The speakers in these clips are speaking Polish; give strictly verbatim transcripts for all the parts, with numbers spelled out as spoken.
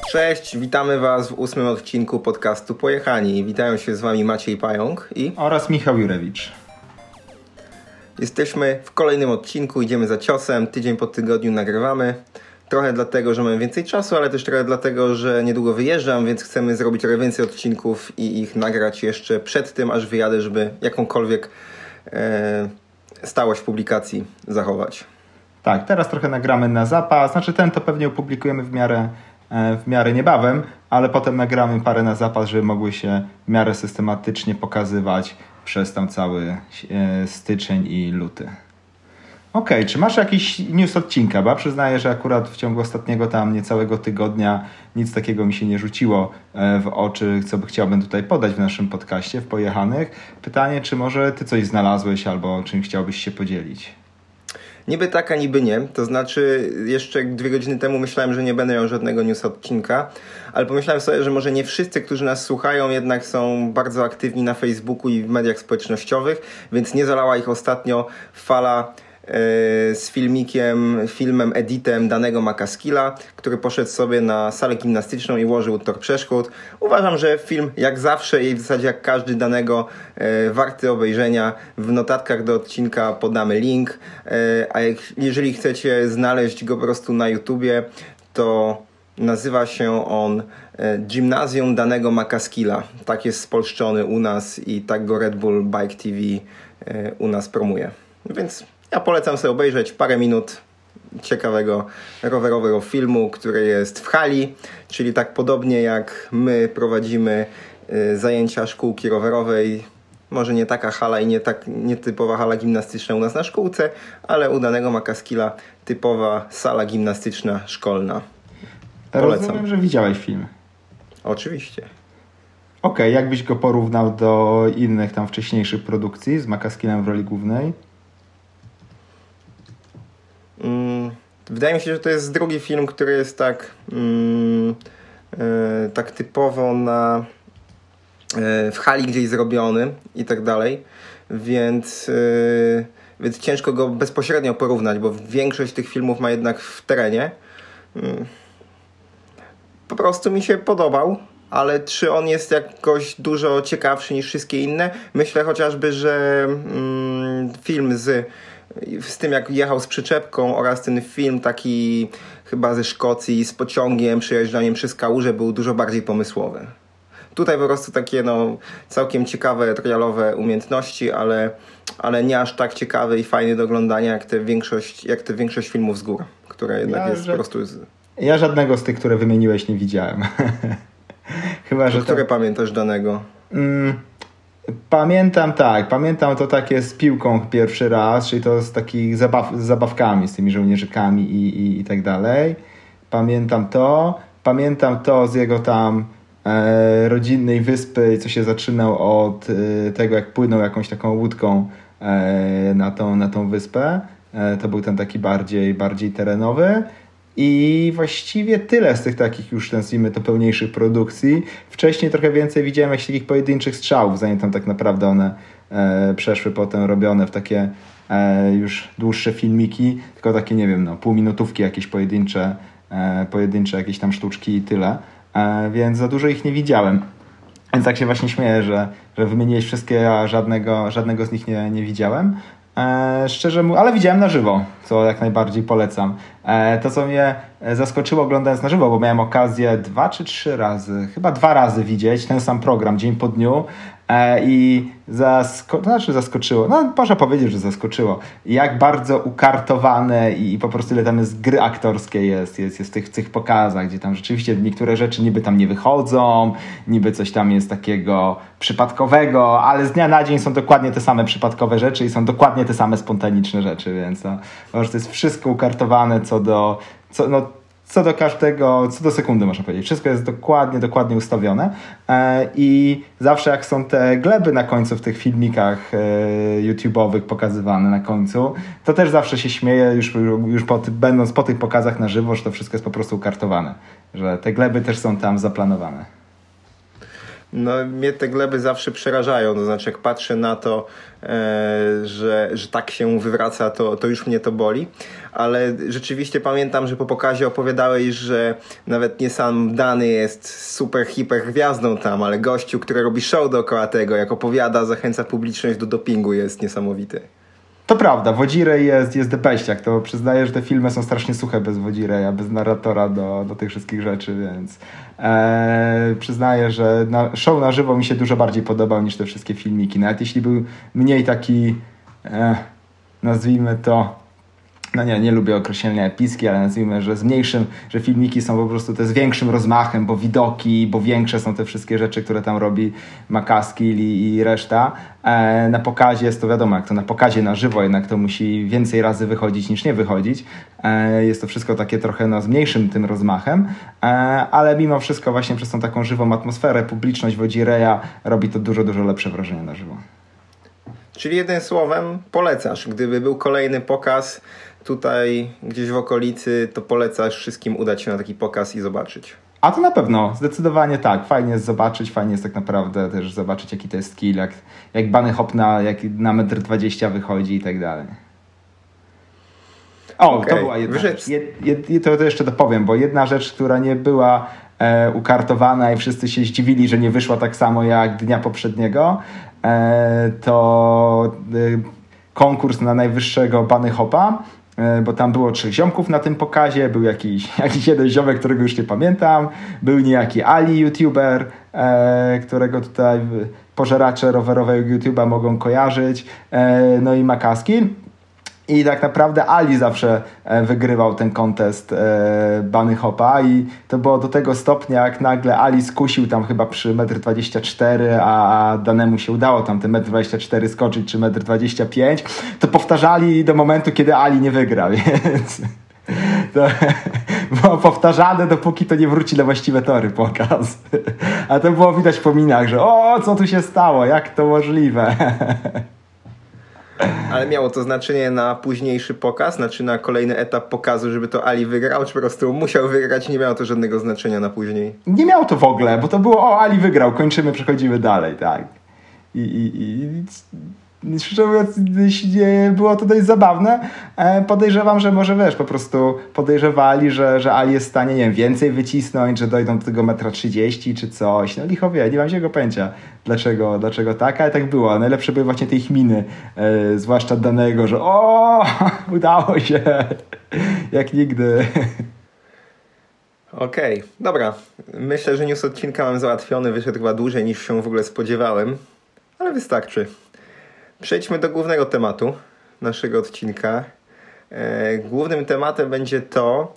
Cześć, witamy Was w ósmym odcinku podcastu Pojechani. Witają się z Wami Maciej Pająk i... oraz Michał Jurewicz. Jesteśmy w kolejnym odcinku, idziemy za ciosem, tydzień po tygodniu nagrywamy. Trochę dlatego, że mamy więcej czasu, ale też trochę dlatego, że niedługo wyjeżdżam, więc chcemy zrobić trochę więcej odcinków i ich nagrać jeszcze przed tym, aż wyjadę, żeby jakąkolwiek e, stałość publikacji zachować. Tak, teraz trochę nagramy na zapas, znaczy ten to pewnie opublikujemy w miarę, w miarę niebawem, ale potem nagramy parę na zapas, żeby mogły się w miarę systematycznie pokazywać przez tam cały styczeń i luty. Okej, okay, czy masz jakiś news odcinka? Bo ja przyznaję, że akurat w ciągu ostatniego tam niecałego tygodnia nic takiego mi się nie rzuciło w oczy, co by chciałbym tutaj podać w naszym podcaście w Pojechanych. Pytanie, czy może ty coś znalazłeś albo czym chciałbyś się podzielić? Niby tak, a niby nie. To znaczy jeszcze dwie godziny temu myślałem, że nie będę miał żadnego news odcinka, ale pomyślałem sobie, że może nie wszyscy, którzy nas słuchają, jednak są bardzo aktywni na Facebooku i w mediach społecznościowych, więc nie zalała ich ostatnio fala z filmikiem, filmem, editem danego Makaskilla, który poszedł sobie na salę gimnastyczną i ułożył tor przeszkód. Uważam, że film jak zawsze i w zasadzie jak każdy danego e, warty obejrzenia. W notatkach do odcinka podamy link, e, a jak, jeżeli chcecie znaleźć go po prostu na YouTubie, to nazywa się on e, Gimnazjum danego Makaskilla. Tak jest spolszczony u nas i tak go Red Bull Bike T V e, u nas promuje. Więc ja polecam sobie obejrzeć parę minut ciekawego rowerowego filmu, który jest w hali, czyli tak podobnie jak my prowadzimy y, zajęcia szkółki rowerowej. Może nie taka hala i nie tak nietypowa hala gimnastyczna u nas na szkółce, ale u danego Makaskilla typowa sala gimnastyczna szkolna. Polecam. Rozumiem, że widziałeś film. Oczywiście. Okej, okay, jakbyś go porównał do innych tam wcześniejszych produkcji z Makaskillem w roli głównej? Wydaje mi się, że to jest drugi film, który jest tak mm, e, tak typowo na e, w hali gdzieś zrobiony i tak dalej, więc, e, więc ciężko go bezpośrednio porównać, bo większość tych filmów ma jednak w terenie. Mm, po prostu mi się podobał, ale czy on jest jakoś dużo ciekawszy niż wszystkie inne? Myślę chociażby, że mm, film z z tym jak jechał z przyczepką oraz ten film taki chyba ze Szkocji z pociągiem, przejeżdżaniem przez kałużę był dużo bardziej pomysłowy. Tutaj po prostu takie no całkiem ciekawe trialowe umiejętności, ale, ale nie aż tak ciekawy i fajny do oglądania jak te większość, jak te większość filmów z gór, które jednak ja, jest że... po prostu... Ja żadnego z tych, które wymieniłeś, nie widziałem. Chyba, że które to... pamiętasz danego? Mm. Pamiętam tak, pamiętam to takie z piłką pierwszy raz, czyli to z takich zabaw, z zabawkami, z tymi żołnierzykami i, i, i tak dalej. Pamiętam to, pamiętam to z jego tam e, rodzinnej wyspy, co się zaczynał od e, tego, jak płynął jakąś taką łódką e, na, tą, na tą wyspę. E, to był ten taki bardziej, bardziej terenowy. I właściwie tyle z tych takich już, nazwijmy to, pełniejszych produkcji. Wcześniej trochę więcej widziałem jakichś takich pojedynczych strzałów, zanim tam tak naprawdę one e, przeszły potem robione w takie e, już dłuższe filmiki, tylko takie, nie wiem, no, półminutówki jakieś pojedyncze, e, pojedyncze jakieś tam sztuczki i tyle. E, więc za dużo ich nie widziałem. Więc tak się właśnie śmieję, że, że wymieniłeś wszystkie, a żadnego, żadnego z nich nie, nie widziałem. E, szczerze mówiąc, ale widziałem na żywo, co jak najbardziej polecam. E, to, co mnie zaskoczyło oglądając na żywo, bo miałem okazję dwa czy trzy razy, chyba dwa razy widzieć ten sam program dzień po dniu e, i zasko- znaczy zaskoczyło, no można powiedzieć, że zaskoczyło, jak bardzo ukartowane i, i po prostu ile tam jest gry aktorskiej jest, jest, jest w tych, w tych pokazach, gdzie tam rzeczywiście niektóre rzeczy niby tam nie wychodzą, niby coś tam jest takiego przypadkowego, ale z dnia na dzień są dokładnie te same przypadkowe rzeczy i są dokładnie te same spontaniczne rzeczy, więc to, to jest wszystko ukartowane co do Co, no, co do każdego, co do sekundy można powiedzieć. Wszystko jest dokładnie, dokładnie ustawione e, i zawsze jak są te gleby na końcu w tych filmikach e, YouTube'owych pokazywane na końcu, to też zawsze się śmieję już, już po, będąc po tych pokazach na żywo, że to wszystko jest po prostu ukartowane. Że te gleby też są tam zaplanowane. No, mnie te gleby zawsze przerażają, to znaczy jak patrzę na to, e, że, że tak się wywraca, to, to już mnie to boli, ale rzeczywiście pamiętam, że po pokazie opowiadałeś, że nawet nie sam Dany jest super hiper gwiazdą tam, ale gościu, który robi show dookoła tego, jak opowiada, zachęca publiczność do dopingu, jest niesamowity. To prawda, Wodzirej jest, jest depeściak, to przyznaję, że te filmy są strasznie suche bez Wodzireja, bez narratora do, do tych wszystkich rzeczy, więc e, przyznaję, że na, show na żywo mi się dużo bardziej podobał niż te wszystkie filmiki, nawet jeśli był mniej taki, e, nazwijmy to, no nie, nie lubię określenia epicki, ale nazwijmy, że z mniejszym, że filmiki są po prostu te z większym rozmachem, bo widoki, bo większe są te wszystkie rzeczy, które tam robi Makaskill i, i reszta. E, na pokazie jest to wiadomo, jak to na pokazie na żywo, jednak to musi więcej razy wychodzić niż nie wychodzić. E, jest to wszystko takie trochę no, z mniejszym tym rozmachem, e, ale mimo wszystko właśnie przez tą taką żywą atmosferę, publiczność Wodzireja robi to dużo, dużo lepsze wrażenie na żywo. Czyli jednym słowem polecasz, gdyby był kolejny pokaz tutaj gdzieś w okolicy, to polecasz wszystkim udać się na taki pokaz i zobaczyć. A to na pewno, zdecydowanie tak. Fajnie jest zobaczyć, fajnie jest tak naprawdę też zobaczyć, jaki to jest skill, jak, jak Bunny Hop na, jak na metr dwadzieścia wychodzi i tak dalej. O, okay. To była jedna rzecz. Jed, jed, to, to jeszcze dopowiem, bo jedna rzecz, która nie była e, ukartowana i wszyscy się zdziwili, że nie wyszła tak samo jak dnia poprzedniego, e, to e, konkurs na najwyższego Bunny Hopa, bo tam było trzech ziomków na tym pokazie, był jakiś, jakiś jeden ziomek, którego już nie pamiętam, był niejaki Ali, youtuber, e, którego tutaj pożeracze rowerowego YouTube'a mogą kojarzyć, e, no i Makaskill. I tak naprawdę Ali zawsze wygrywał ten kontest e, Bunny Hopa i to było do tego stopnia, jak nagle Ali skusił tam chyba przy metr dwadzieścia cztery, a Danemu się udało tam ten metr dwadzieścia cztery skoczyć, czy metr dwadzieścia pięć, to powtarzali do momentu, kiedy Ali nie wygra, więc to było powtarzane, dopóki to nie wróci na właściwe tory pokaz. A to było widać po minach, że o, co tu się stało, jak to możliwe. Ale miało to znaczenie na późniejszy pokaz, znaczy na kolejny etap pokazu, żeby to Ali wygrał, czy po prostu musiał wygrać, nie miało to żadnego znaczenia na później? Nie miało to w ogóle, bo to było o, Ali wygrał, kończymy, przechodzimy dalej, tak. I, i, i szczerze mówiąc, było to dość zabawne. Podejrzewam, że może wiesz, po prostu podejrzewali, że, że Ali jest w stanie, nie wiem, więcej wycisnąć, że dojdą do tego metra trzydzieści czy coś. No licho wie, nie mam żadnego pojęcia, dlaczego, dlaczego tak, ale tak było. Najlepsze były właśnie te ich miny, e, zwłaszcza Danego, że o, udało się, jak nigdy. Okej, okay, dobra. Myślę, że news odcinka mam załatwiony, wyszedł chyba dłużej niż się w ogóle spodziewałem, ale wystarczy. Przejdźmy do głównego tematu naszego odcinka. E, głównym tematem będzie to,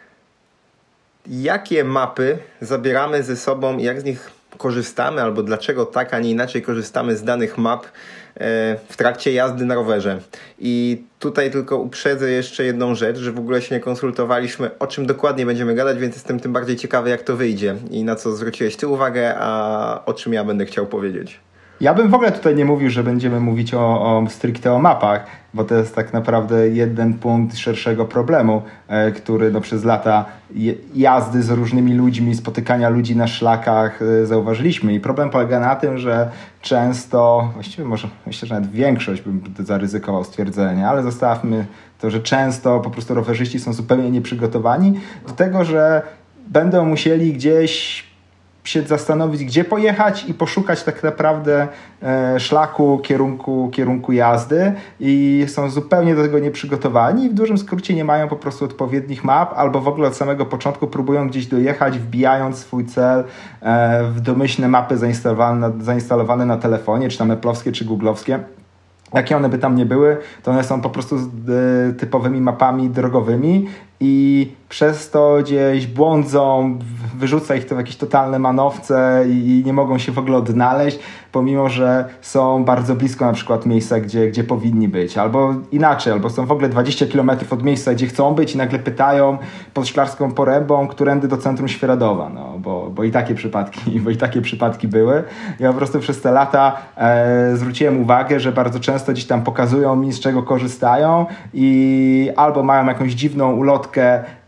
jakie mapy zabieramy ze sobą i jak z nich korzystamy, albo dlaczego tak, a nie inaczej korzystamy z danych map e, w trakcie jazdy na rowerze. I tutaj tylko uprzedzę jeszcze jedną rzecz, że w ogóle się nie konsultowaliśmy, o czym dokładnie będziemy gadać, więc jestem tym bardziej ciekawy, jak to wyjdzie i na co zwróciłeś ty uwagę, a o czym ja będę chciał powiedzieć. Ja bym w ogóle tutaj nie mówił, że będziemy mówić o, o stricte o mapach, bo to jest tak naprawdę jeden punkt szerszego problemu, e, który no, przez lata je, jazdy z różnymi ludźmi, spotykania ludzi na szlakach e, zauważyliśmy. I problem polega na tym, że często, właściwie może myślę, że nawet większość bym zaryzykował stwierdzenie, ale zostawmy to, że często po prostu rowerzyści są zupełnie nieprzygotowani do tego, że będą musieli gdzieś się zastanowić, gdzie pojechać i poszukać tak naprawdę e, szlaku, kierunku, kierunku jazdy i są zupełnie do tego nieprzygotowani i w dużym skrócie nie mają po prostu odpowiednich map albo w ogóle od samego początku próbują gdzieś dojechać, wbijając swój cel e, w domyślne mapy zainstalowane, zainstalowane na telefonie, czy tam Apple'owskie, czy Google'owskie. Jakie one by tam nie były, to one są po prostu y, typowymi mapami drogowymi i przez to gdzieś błądzą, wyrzuca ich to w jakieś totalne manowce i, i nie mogą się w ogóle odnaleźć, pomimo że są bardzo blisko na przykład miejsca, gdzie, gdzie powinni być. Albo inaczej, albo są w ogóle dwadzieścia kilometrów od miejsca, gdzie chcą być i nagle pytają pod Szklarską Porębą, którędy do centrum Świeradowa. No, bo, bo i takie przypadki, bo i takie przypadki były. Ja po prostu przez te lata e, zwróciłem uwagę, że bardzo często gdzieś tam pokazują mi, z czego korzystają i albo mają jakąś dziwną ulotkę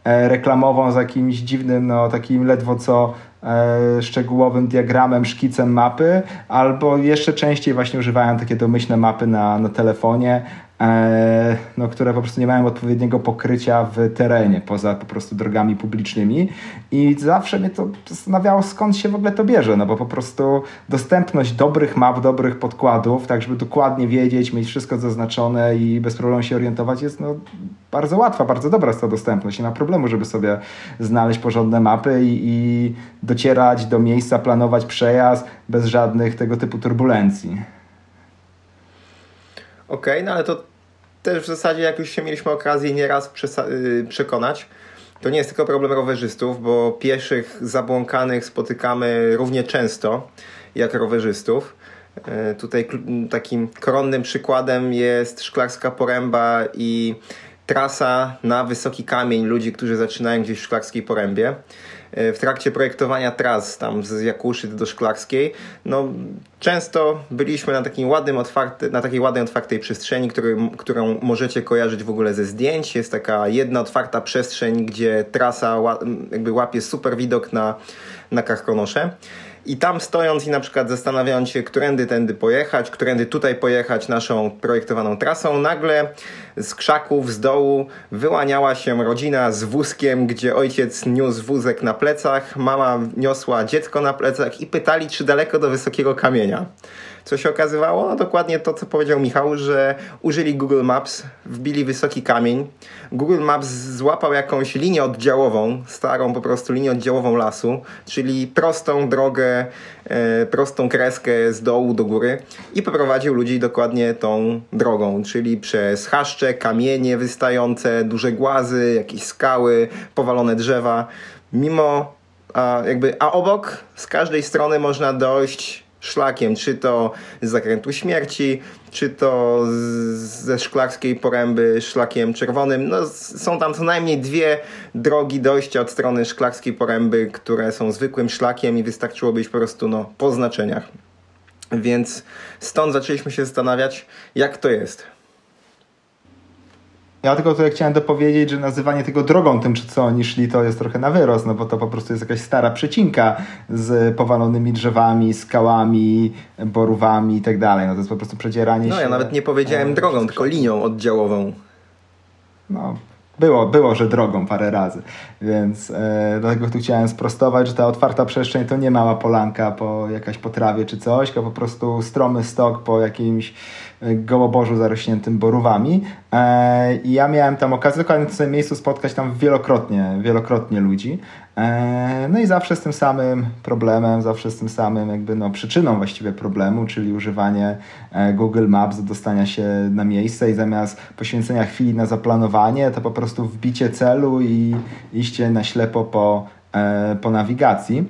e, reklamową z jakimś dziwnym, no takim ledwo co e, szczegółowym diagramem, szkicem mapy, albo jeszcze częściej właśnie używają takie domyślne mapy na, na telefonie, e, no, które po prostu nie mają odpowiedniego pokrycia w terenie, poza po prostu drogami publicznymi. I zawsze mnie to zastanawiało, skąd się w ogóle to bierze, no bo po prostu dostępność dobrych map, dobrych podkładów, tak żeby dokładnie wiedzieć, mieć wszystko zaznaczone i bez problemu się orientować, jest no bardzo łatwa, bardzo dobra jest ta dostępność. Nie ma problemu, żeby sobie znaleźć porządne mapy i, i docierać do miejsca, planować przejazd bez żadnych tego typu turbulencji. Okej, okay, no ale to też w zasadzie, jak już się mieliśmy okazję nieraz przesa- yy, przekonać, to nie jest tylko problem rowerzystów, bo pieszych zabłąkanych spotykamy równie często jak rowerzystów. Yy, tutaj kl- takim koronnym przykładem jest Szklarska Poręba i trasa na Wysoki Kamień ludzi, którzy zaczynają gdzieś w Szklarskiej Porębie. W trakcie projektowania tras tam z Jakuszy do Szklarskiej, no często byliśmy na takim ładnym, otwarty, na takiej ładnej, otwartej przestrzeni, który, którą możecie kojarzyć w ogóle ze zdjęć. Jest taka jedna otwarta przestrzeń, gdzie trasa jakby łapie super widok na, na Karkonosze. I tam stojąc i na przykład zastanawiając się, którędy tędy pojechać, którędy tutaj pojechać naszą projektowaną trasą, nagle z krzaków, z dołu wyłaniała się rodzina z wózkiem, gdzie ojciec niósł wózek na plecach, mama niosła dziecko na plecach i pytali, czy daleko do Wysokiego Kamienia. Co się okazywało? No dokładnie to, co powiedział Michał, że użyli Google Maps, wbili Wysoki Kamień. Google Maps złapał jakąś linię oddziałową, starą po prostu linię oddziałową lasu, czyli prostą drogę, e, prostą kreskę z dołu do góry i poprowadził ludzi dokładnie tą drogą, czyli przez chaszcze, kamienie wystające, duże głazy, jakieś skały, powalone drzewa. Mimo, a, jakby, a obok z każdej strony można dojść szlakiem, czy to z Zakrętu Śmierci, czy to z, ze Szklarskiej Poręby szlakiem czerwonym. No, są tam co najmniej dwie drogi dojścia od strony Szklarskiej Poręby, które są zwykłym szlakiem i wystarczyłoby iść po prostu no, po znaczeniach. Więc stąd zaczęliśmy się zastanawiać, jak to jest. Ja tylko tutaj chciałem dopowiedzieć, że nazywanie tego drogą tym, czy co oni szli, to jest trochę na wyrost, no bo to po prostu jest jakaś stara przecinka z powalonymi drzewami, skałami, borówami i tak dalej. No to jest po prostu przedzieranie no, się... No ja nawet nie powiedziałem e, drogą, tylko linią oddziałową. No, było, było, że drogą parę razy, więc e, dlatego tu chciałem sprostować, że ta otwarta przestrzeń to nie mała polanka po jakaś potrawie czy coś, tylko po prostu stromy stok po jakimś gołoborzu zarośniętym borówami. E, I ja miałem tam okazję dokładnie w tym miejscu spotkać tam wielokrotnie, wielokrotnie ludzi. E, no i zawsze z tym samym problemem, zawsze z tym samym jakby no przyczyną właściwie problemu, czyli używanie e, Google Maps do dostania się na miejsce i zamiast poświęcenia chwili na zaplanowanie, to po prostu wbicie celu i iście na ślepo po, e, po nawigacji.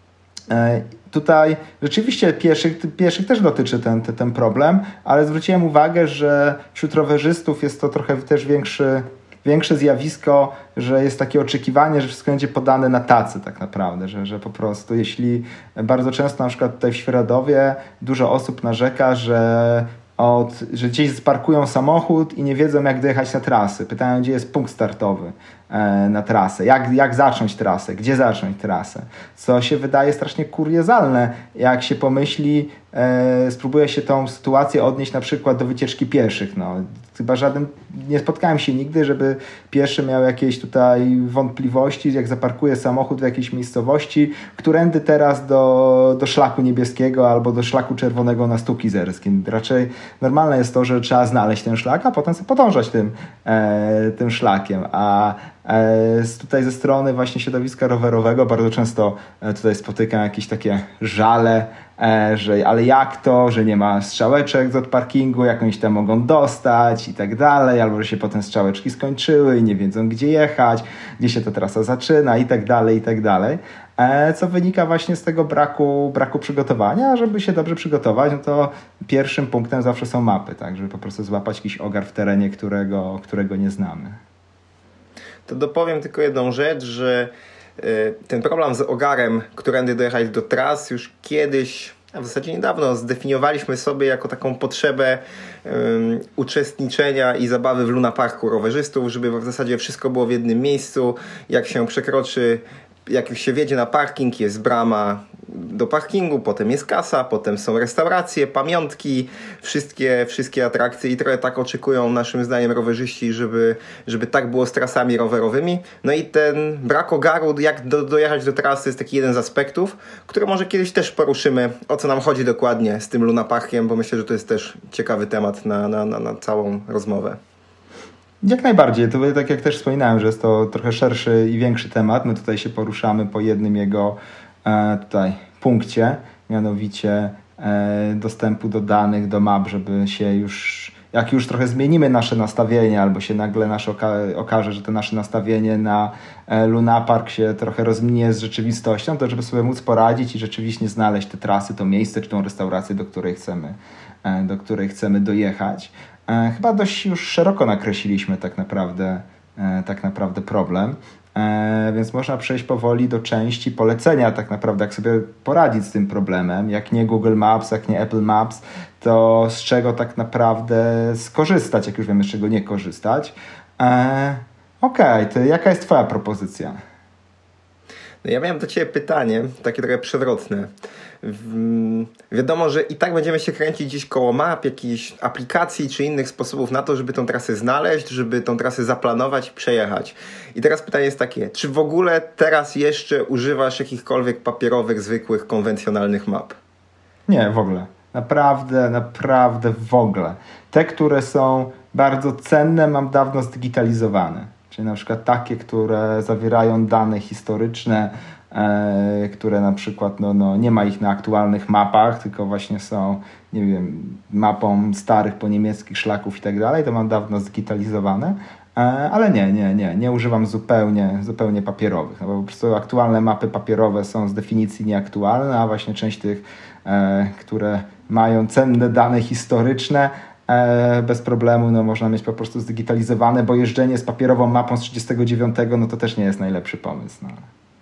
E, Tutaj rzeczywiście pieszych, pieszych też dotyczy ten, ten, ten problem, ale zwróciłem uwagę, że wśród rowerzystów jest to trochę też większy, większe zjawisko, że jest takie oczekiwanie, że wszystko będzie podane na tacy tak naprawdę, że, że po prostu jeśli bardzo często na przykład tutaj w Świeradowie dużo osób narzeka, że Od, że gdzieś sparkują samochód i nie wiedzą, jak dojechać na trasy. Pytają, gdzie jest punkt startowy e, na trasę, jak, jak zacząć trasę, gdzie zacząć trasę. Co się wydaje strasznie kuriozalne, jak się pomyśli, e, spróbuje się tą sytuację odnieść na przykład do wycieczki pieszych. No, chyba żaden, nie spotkałem się nigdy, żeby pieszy miał jakieś tutaj wątpliwości, jak zaparkuje samochód w jakiejś miejscowości, którędy teraz do, do szlaku niebieskiego albo do szlaku czerwonego na Stół Kizerskim. Raczej normalne jest to, że trzeba znaleźć ten szlak, a potem sobie podążać tym, e, tym szlakiem. A e, tutaj ze strony właśnie środowiska rowerowego bardzo często e, tutaj spotykam jakieś takie żale, e, że ale jak to, że nie ma strzałeczek od parkingu, jak oni się tam mogą dostać i tak dalej, albo że się potem strzałeczki skończyły i nie wiedzą, gdzie jechać, gdzie się ta trasa zaczyna i tak dalej, i tak dalej. Co wynika właśnie z tego braku, braku przygotowania. A żeby się dobrze przygotować, no to pierwszym punktem zawsze są mapy, tak, żeby po prostu złapać jakiś ogar w terenie, którego, którego nie znamy. To dopowiem tylko jedną rzecz, że ten problem z ogarem, którędy dojechać do tras, już kiedyś A w zasadzie niedawno zdefiniowaliśmy sobie jako taką potrzebę um, uczestniczenia i zabawy w Luna Parku rowerzystów, żeby w zasadzie wszystko było w jednym miejscu. Jak się przekroczy, jak już się wjedzie na parking, jest brama do parkingu, potem jest kasa, potem są restauracje, pamiątki, wszystkie, wszystkie atrakcje i trochę tak oczekują naszym zdaniem rowerzyści, żeby, żeby tak było z trasami rowerowymi. No i ten brak ogaru, jak do, dojechać do trasy, jest taki jeden z aspektów, który może kiedyś też poruszymy, o co nam chodzi dokładnie z tym Luna Parkiem, bo myślę, że to jest też ciekawy temat na, na, na, na całą rozmowę. Jak najbardziej. To tak jak też wspominałem, że jest to trochę szerszy i większy temat. My tutaj się poruszamy po jednym jego e, tutaj punkcie, mianowicie e, dostępu do danych, do map, żeby się już, jak już trochę zmienimy nasze nastawienie, albo się nagle nasze oka- okaże, że to nasze nastawienie na e, Luna Park się trochę rozminie z rzeczywistością, to żeby sobie móc poradzić i rzeczywiście znaleźć te trasy, to miejsce, czy tą restaurację, do której chcemy, e, do której chcemy dojechać. E, chyba dość już szeroko nakreśliliśmy tak naprawdę, e, tak naprawdę problem, e, więc można przejść powoli do części polecenia tak naprawdę, jak sobie poradzić z tym problemem, jak nie Google Maps, jak nie Apple Maps, to z czego tak naprawdę skorzystać, jak już wiemy, z czego nie korzystać. E, Okej, okay, to jaka jest twoja propozycja? No ja miałem do ciebie pytanie, takie trochę przewrotne. W, wiadomo, że i tak będziemy się kręcić gdzieś koło map, jakichś aplikacji czy innych sposobów na to, żeby tą trasę znaleźć, żeby tą trasę zaplanować i przejechać. I teraz pytanie jest takie, czy w ogóle teraz jeszcze używasz jakichkolwiek papierowych, zwykłych, konwencjonalnych map? Nie, w ogóle. Naprawdę, naprawdę w ogóle. Te, które są bardzo cenne, mam dawno zdigitalizowane. Czyli na przykład takie, które zawierają dane historyczne, e, które na przykład no, no, nie ma ich na aktualnych mapach, tylko właśnie są, nie wiem, mapą starych po niemieckich szlaków i tak dalej, to mam dawno zdigitalizowane, e, ale nie, nie, nie, nie używam zupełnie, zupełnie papierowych, no bo po prostu aktualne mapy papierowe są z definicji nieaktualne, a właśnie część tych, e, które mają cenne dane historyczne, bez problemu no, można mieć po prostu zdigitalizowane, bo jeżdżenie z papierową mapą z trzydziestego dziewiątego no to też nie jest najlepszy pomysł. No.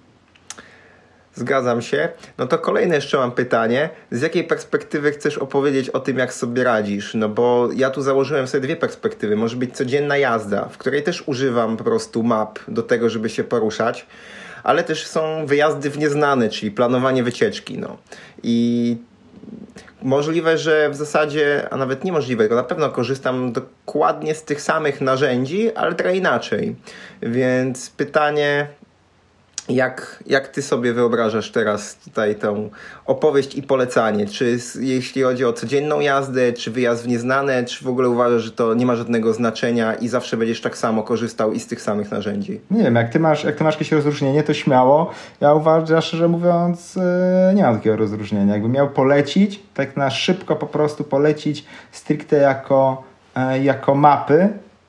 Zgadzam się. No to kolejne jeszcze mam pytanie. Z jakiej perspektywy chcesz opowiedzieć o tym, jak sobie radzisz? No bo ja tu założyłem sobie dwie perspektywy. Może być codzienna jazda, w której też używam po prostu map do tego, żeby się poruszać, ale też są wyjazdy w nieznane, czyli planowanie wycieczki. No. I możliwe, że w zasadzie, a nawet niemożliwe, tylko na pewno korzystam dokładnie z tych samych narzędzi, ale trochę inaczej. Więc pytanie, jak, jak ty sobie wyobrażasz teraz tutaj tą opowieść i polecanie? Czy jeśli chodzi o codzienną jazdę, czy wyjazd w nieznane, czy w ogóle uważasz, że to nie ma żadnego znaczenia i zawsze będziesz tak samo korzystał i z tych samych narzędzi? Nie wiem, jak ty masz, jak ty masz jakieś rozróżnienie, to śmiało. Ja uważam, szczerze mówiąc, nie mam takiego rozróżnienia. Jakbym miał polecić, tak na szybko po prostu polecić stricte jako, jako mapy,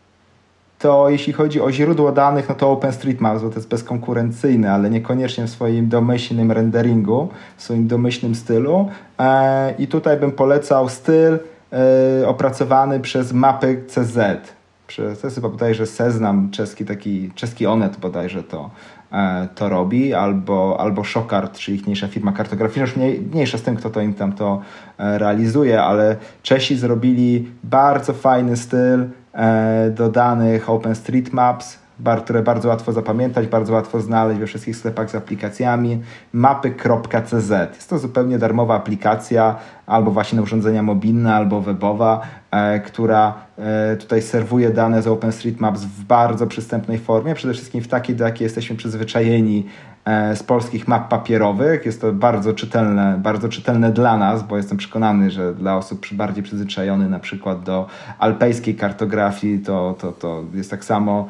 to jeśli chodzi o źródło danych, no to OpenStreetMap, bo to jest bezkonkurencyjne, ale niekoniecznie w swoim domyślnym renderingu, w swoim domyślnym stylu. E, I tutaj bym polecał styl e, opracowany przez mapy C Z. Przez, to jest chyba bodajże Seznam, czeski taki, czeski Onet bodajże to, e, to robi, albo, albo Shokart, czyli ichniejsza firma kartograficzna, już mniej, mniejsza z tym, kto to im tam to e, realizuje, ale Czesi zrobili bardzo fajny styl do danych OpenStreetMaps, które bardzo łatwo zapamiętać, bardzo łatwo znaleźć we wszystkich sklepach z aplikacjami. mapy kropka c z. Jest to zupełnie darmowa aplikacja, albo właśnie na urządzenia mobilne, albo webowa, e, która e, tutaj serwuje dane z OpenStreetMaps w bardzo przystępnej formie, przede wszystkim w takiej, do jakiej jesteśmy przyzwyczajeni e, z polskich map papierowych. Jest to bardzo czytelne, bardzo czytelne dla nas, bo jestem przekonany, że dla osób bardziej przyzwyczajonych na przykład do alpejskiej kartografii to, to, to jest tak samo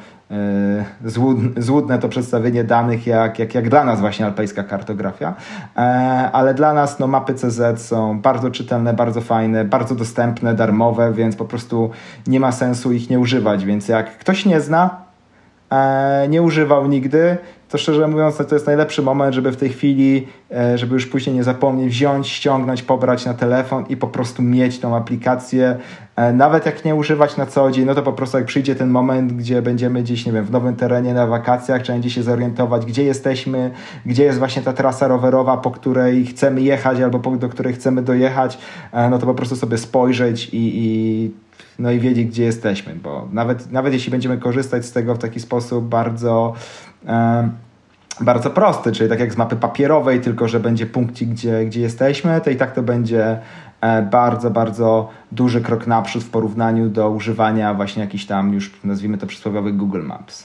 złudne to przedstawienie danych, jak, jak, jak dla nas właśnie alpejska kartografia, ale dla nas no, mapy C Z są bardzo czytelne, bardzo fajne, bardzo dostępne, darmowe, więc po prostu nie ma sensu ich nie używać, więc jak ktoś nie zna, nie używał nigdy, to szczerze mówiąc to jest najlepszy moment, żeby w tej chwili, żeby już później nie zapomnieć, wziąć, ściągnąć, pobrać na telefon i po prostu mieć tą aplikację. Nawet jak nie używać na co dzień, no to po prostu jak przyjdzie ten moment, gdzie będziemy gdzieś, nie wiem, w nowym terenie, na wakacjach, trzeba będzie się zorientować, gdzie jesteśmy, gdzie jest właśnie ta trasa rowerowa, po której chcemy jechać albo po, do której chcemy dojechać, no to po prostu sobie spojrzeć i, i no i wiedzieć, gdzie jesteśmy, bo nawet, nawet jeśli będziemy korzystać z tego w taki sposób bardzo e, bardzo prosty, czyli tak jak z mapy papierowej, tylko że będzie punkcik, gdzie, gdzie jesteśmy, to i tak to będzie e, bardzo, bardzo duży krok naprzód w porównaniu do używania właśnie jakichś tam już, nazwijmy to przysłowiowych Google Maps.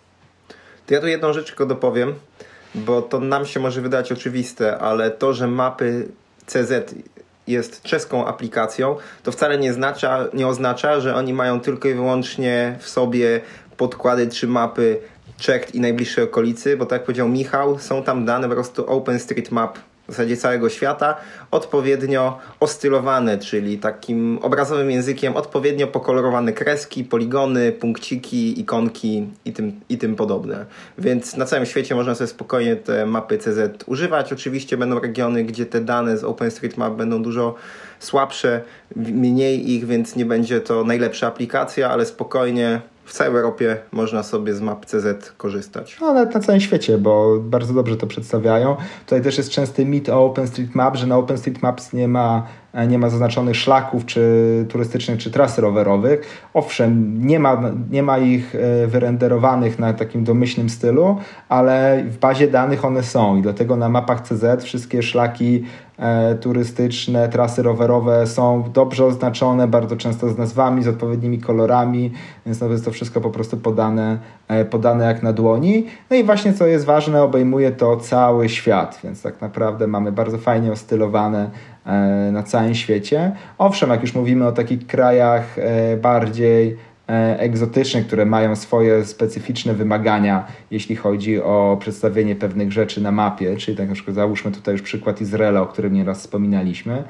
To ja tu jedną rzecz tylko dopowiem, bo to nam się może wydać oczywiste, ale to, że mapy C Z jest czeską aplikacją, to wcale nie oznacza, nie oznacza, że oni mają tylko i wyłącznie w sobie podkłady czy mapy Czech i najbliższej okolicy, bo tak jak powiedział Michał, są tam dane po prostu OpenStreetMap w zasadzie całego świata, odpowiednio ostylowane, czyli takim obrazowym językiem odpowiednio pokolorowane kreski, poligony, punkciki, ikonki i tym, i tym podobne. Więc na całym świecie można sobie spokojnie te mapy C Z używać. Oczywiście będą regiony, gdzie te dane z OpenStreetMap będą dużo słabsze, mniej ich, więc nie będzie to najlepsza aplikacja, ale spokojnie w całej Europie można sobie z map C Z korzystać. No nawet na całym świecie, bo bardzo dobrze to przedstawiają. Tutaj też jest częsty mit o OpenStreetMap, że na OpenStreetMaps nie ma, nie ma zaznaczonych szlaków czy turystycznych, czy tras rowerowych. Owszem, nie ma, nie ma ich wyrenderowanych na takim domyślnym stylu, ale w bazie danych one są i dlatego na mapach C Z wszystkie szlaki e, turystyczne, trasy rowerowe są dobrze oznaczone, bardzo często z nazwami, z odpowiednimi kolorami, więc no jest to wszystko po prostu podane, e, podane jak na dłoni. No i właśnie co jest ważne, obejmuje to cały świat, więc tak naprawdę mamy bardzo fajnie ostylowane e, na całym świecie. Owszem, jak już mówimy o takich krajach e, bardziej egzotycznych, które mają swoje specyficzne wymagania, jeśli chodzi o przedstawienie pewnych rzeczy na mapie, czyli tak na przykład załóżmy tutaj już przykład Izraela, o którym nieraz wspominaliśmy.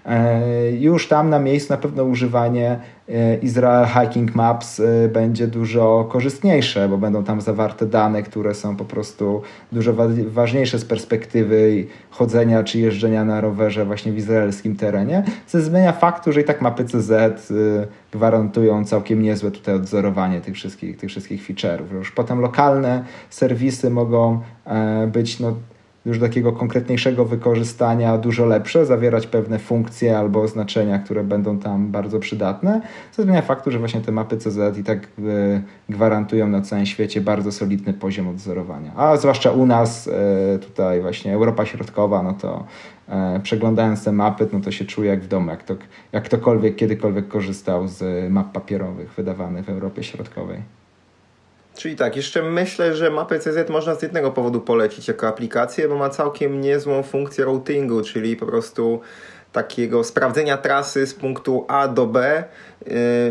Już tam na miejscu na pewno używanie Israel Hiking Maps będzie dużo korzystniejsze, bo będą tam zawarte dane, które są po prostu dużo ważniejsze z perspektywy chodzenia czy jeżdżenia na rowerze właśnie w izraelskim terenie, co zmienia faktu, że i tak mapy C Z gwarantują całkiem niezłe tutaj odzorowanie tych wszystkich, tych wszystkich feature'ów. Już potem lokalne serwisy mogą być no, już do takiego konkretniejszego wykorzystania dużo lepsze, zawierać pewne funkcje albo oznaczenia, które będą tam bardzo przydatne, co zmienia faktu, że właśnie te mapy C Z i tak y, gwarantują na całym świecie bardzo solidny poziom odzorowania. A zwłaszcza u nas, y, tutaj właśnie Europa Środkowa, no to y, przeglądając te mapy, no to się czuje jak w domu, jak, to, jak ktokolwiek kiedykolwiek korzystał z map papierowych wydawanych w Europie Środkowej. Czyli tak, jeszcze myślę, że mapę C Z można z jednego powodu polecić jako aplikację, bo ma całkiem niezłą funkcję routingu, czyli po prostu takiego sprawdzenia trasy z punktu A do B yy,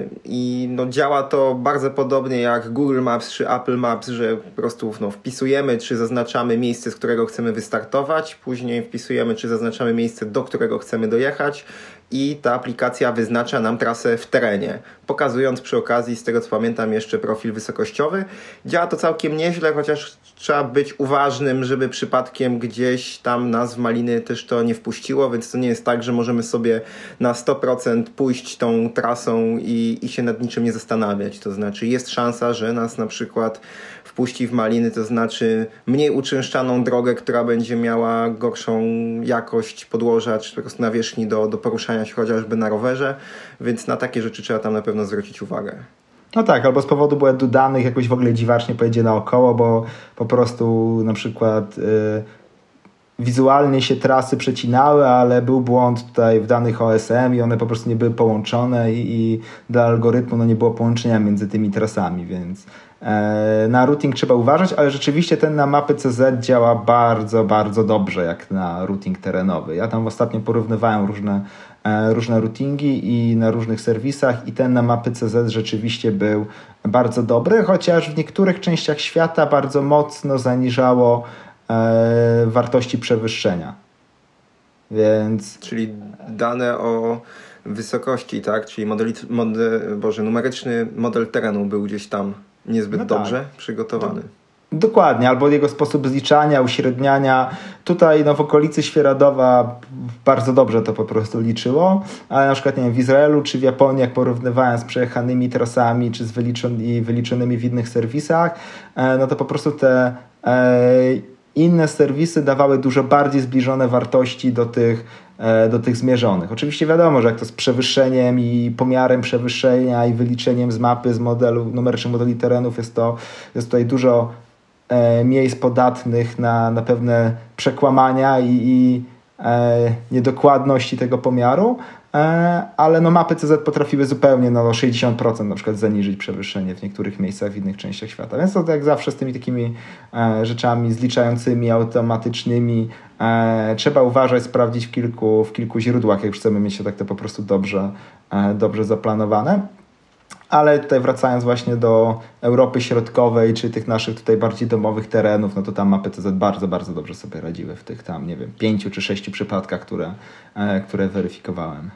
i no działa to bardzo podobnie jak Google Maps czy Apple Maps, że po prostu no, wpisujemy czy zaznaczamy miejsce, z którego chcemy wystartować, później wpisujemy czy zaznaczamy miejsce, do którego chcemy dojechać i ta aplikacja wyznacza nam trasę w terenie, pokazując przy okazji, z tego co pamiętam, jeszcze profil wysokościowy. Działa to całkiem nieźle, chociaż trzeba być uważnym, żeby przypadkiem gdzieś tam nas w maliny też to nie wpuściło, więc to nie jest tak, że możemy sobie na sto procent pójść tą trasą i, i się nad niczym nie zastanawiać. To znaczy jest szansa, że nas na przykład wpuści w maliny, to znaczy mniej uczęszczaną drogę, która będzie miała gorszą jakość podłoża, czy po prostu nawierzchni do, do poruszania się chociażby na rowerze, więc na takie rzeczy trzeba tam na pewno zwrócić uwagę. No tak, albo z powodu błędu danych jakoś w ogóle dziwacznie pojedzie naokoło, bo po prostu na przykład yy, wizualnie się trasy przecinały, ale był błąd tutaj w danych O S M i one po prostu nie były połączone i, i dla algorytmu no, nie było połączenia między tymi trasami, więc e, na routing trzeba uważać, ale rzeczywiście ten na mapy C Z działa bardzo, bardzo dobrze jak na routing terenowy. Ja tam ostatnio porównywałem różne różne routingi i na różnych serwisach i ten na mapy C Z rzeczywiście był bardzo dobry, chociaż w niektórych częściach świata bardzo mocno zaniżało e, wartości przewyższenia. Więc... Czyli dane o wysokości, tak? Czyli model, model, Boże, numeryczny model terenu był gdzieś tam niezbyt no dobrze tak. przygotowany. Dokładnie, albo jego sposób zliczania, uśredniania. Tutaj no, w okolicy Świeradowa bardzo dobrze to po prostu liczyło, ale na przykład nie wiem, w Izraelu czy w Japonii, jak porównywałem z przejechanymi trasami czy z wyliczonymi, wyliczonymi w innych serwisach, no to po prostu te e, inne serwisy dawały dużo bardziej zbliżone wartości do tych, e, do tych zmierzonych. Oczywiście wiadomo, że jak to z przewyższeniem i pomiarem przewyższenia i wyliczeniem z mapy, z modelu, numerycznych modeli terenów jest to jest tutaj dużo e, miejsc podatnych na, na pewne przekłamania i, i e, niedokładności tego pomiaru, e, ale no mapy C Z potrafiły zupełnie no, o sześćdziesiąt procent na przykład zaniżyć przewyższenie w niektórych miejscach w innych częściach świata. Więc to jak zawsze z tymi takimi e, rzeczami zliczającymi, automatycznymi e, trzeba uważać, sprawdzić w kilku, w kilku źródłach, jak już chcemy mieć to tak to po prostu dobrze, e, dobrze zaplanowane. Ale tutaj wracając właśnie do Europy Środkowej, czy tych naszych tutaj bardziej domowych terenów, no to tam mapy C Z bardzo, bardzo dobrze sobie radziły w tych tam, nie wiem, pięciu czy sześciu przypadkach, które, e, które weryfikowałem.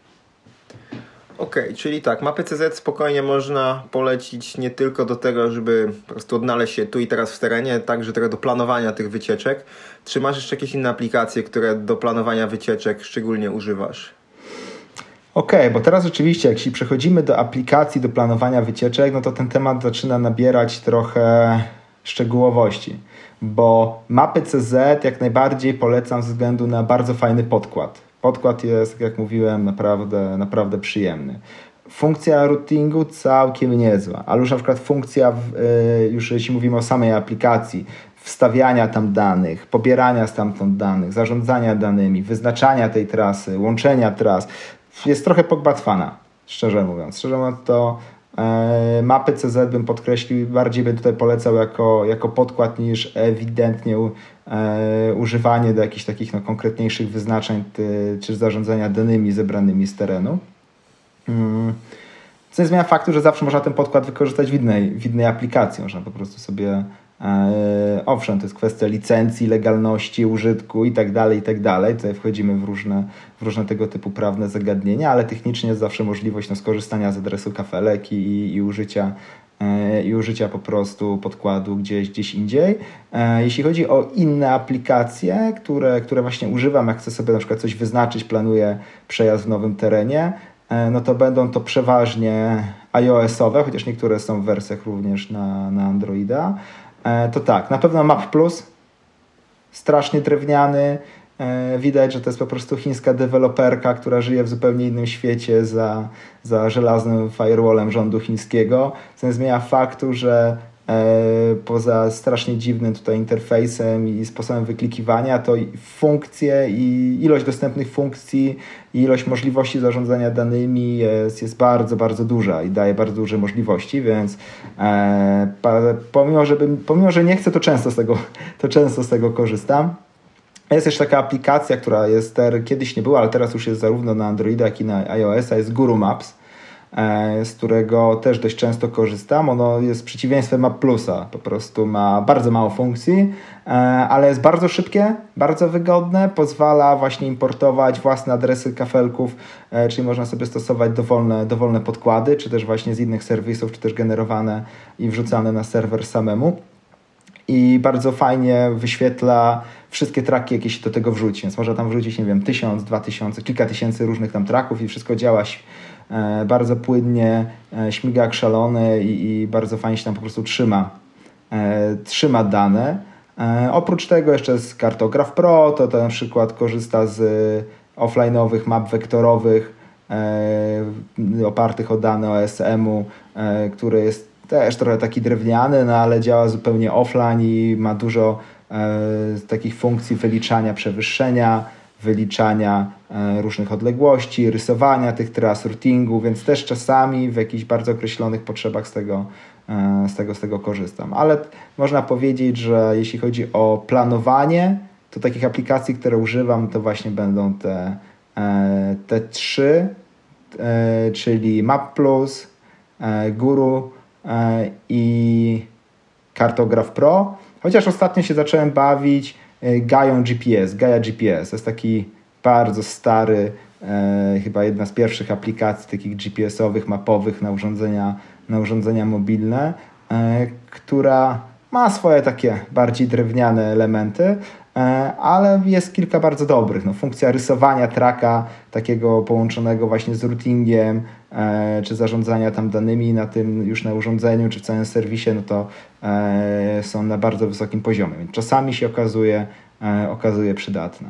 Okej, okay, czyli tak, mapy C Z spokojnie można polecić nie tylko do tego, żeby po prostu odnaleźć się tu i teraz w terenie, także trochę do planowania tych wycieczek. Czy masz jeszcze jakieś inne aplikacje, które do planowania wycieczek szczególnie używasz? Okej, okay, bo teraz rzeczywiście, jak jeśli przechodzimy do aplikacji do planowania wycieczek, no to ten temat zaczyna nabierać trochę szczegółowości, bo mapy C Z jak najbardziej polecam ze względu na bardzo fajny podkład. Podkład jest, jak mówiłem, naprawdę, naprawdę przyjemny. Funkcja routingu całkiem niezła, ale już na przykład funkcja, już jeśli mówimy o samej aplikacji, wstawiania tam danych, pobierania stamtąd danych, zarządzania danymi, wyznaczania tej trasy, łączenia tras, jest trochę pogmatwana, szczerze mówiąc. Szczerze mówiąc, to e, mapy C Z bym podkreślił, bardziej bym tutaj polecał jako, jako podkład niż ewidentnie e, używanie do jakichś takich no, konkretniejszych wyznaczeń ty, czy zarządzania danymi zebranymi z terenu. Hmm. Co nie zmienia faktu, że zawsze można ten podkład wykorzystać w innej, w innej aplikacji. Można po prostu sobie E, owszem, to jest kwestia licencji, legalności, użytku i tak dalej, i tak dalej. Tutaj wchodzimy w różne, w różne tego typu prawne zagadnienia, ale technicznie jest zawsze możliwość no, skorzystania z adresu kafelek i, i, użycia, e, i użycia po prostu podkładu gdzieś, gdzieś indziej. E, jeśli chodzi o inne aplikacje, które, które właśnie używam, jak chcę sobie na przykład coś wyznaczyć, planuję przejazd w nowym terenie, e, no to będą to przeważnie iOS-owe, chociaż niektóre są w wersjach również na, na Androida. To tak, na pewno Map Plus, strasznie drewniany, widać, że to jest po prostu chińska deweloperka, która żyje w zupełnie innym świecie za, za żelaznym firewallem rządu chińskiego, co nie zmienia faktu, że poza strasznie dziwnym tutaj interfejsem i sposobem wyklikiwania, to funkcje i ilość dostępnych funkcji i ilość możliwości zarządzania danymi jest, jest bardzo, bardzo duża i daje bardzo duże możliwości, więc e, pomimo, że bym, pomimo, że nie chcę, to często z tego, to często z tego korzystam. Jest jeszcze taka aplikacja, która jest ter, kiedyś nie była, ale teraz już jest zarówno na Androida, jak i na iOS-a, jest Guru Maps, z którego też dość często korzystam. Ono jest przeciwieństwem Map Plusa. Po prostu ma bardzo mało funkcji, ale jest bardzo szybkie, bardzo wygodne. Pozwala właśnie importować własne adresy kafelków, czyli można sobie stosować dowolne, dowolne podkłady, czy też właśnie z innych serwisów, czy też generowane i wrzucane na serwer samemu. I bardzo fajnie wyświetla wszystkie traki, jakie się do tego wrzuci. Więc można tam wrzucić, nie wiem, tysiąc, dwa tysiące, kilka tysięcy różnych tam traków i wszystko działa e, bardzo płynnie, e, śmiga jak szalony i, i bardzo fajnie się tam po prostu trzyma, e, trzyma dane. E, oprócz tego jeszcze z Kartograf Pro, to, to na przykład korzysta z offline'owych map wektorowych e, opartych o dane O S M-u, e, które jest też trochę taki drewniany, no ale działa zupełnie offline i ma dużo e, takich funkcji wyliczania przewyższenia, wyliczania e, różnych odległości, rysowania tych tras, routingu, więc też czasami w jakichś bardzo określonych potrzebach z tego, e, z tego, z tego korzystam. Ale można powiedzieć, że jeśli chodzi o planowanie, to takich aplikacji, które używam, to właśnie będą te, e, te trzy, e, czyli Map Plus, e, Guru i Kartograf Pro, chociaż ostatnio się zacząłem bawić Gaią G P S, Gaia G P S. To jest taki bardzo stary, e, chyba jedna z pierwszych aplikacji takich G P S-owych, mapowych na urządzenia, na urządzenia mobilne, e, która Ma swoje takie bardziej drewniane elementy, ale jest kilka bardzo dobrych. No, funkcja rysowania tracka, takiego połączonego właśnie z routingiem, czy zarządzania tam danymi na tym już na urządzeniu, czy w całym serwisie, no to są na bardzo wysokim poziomie. Więc czasami się okazuje, okazuje przydatna.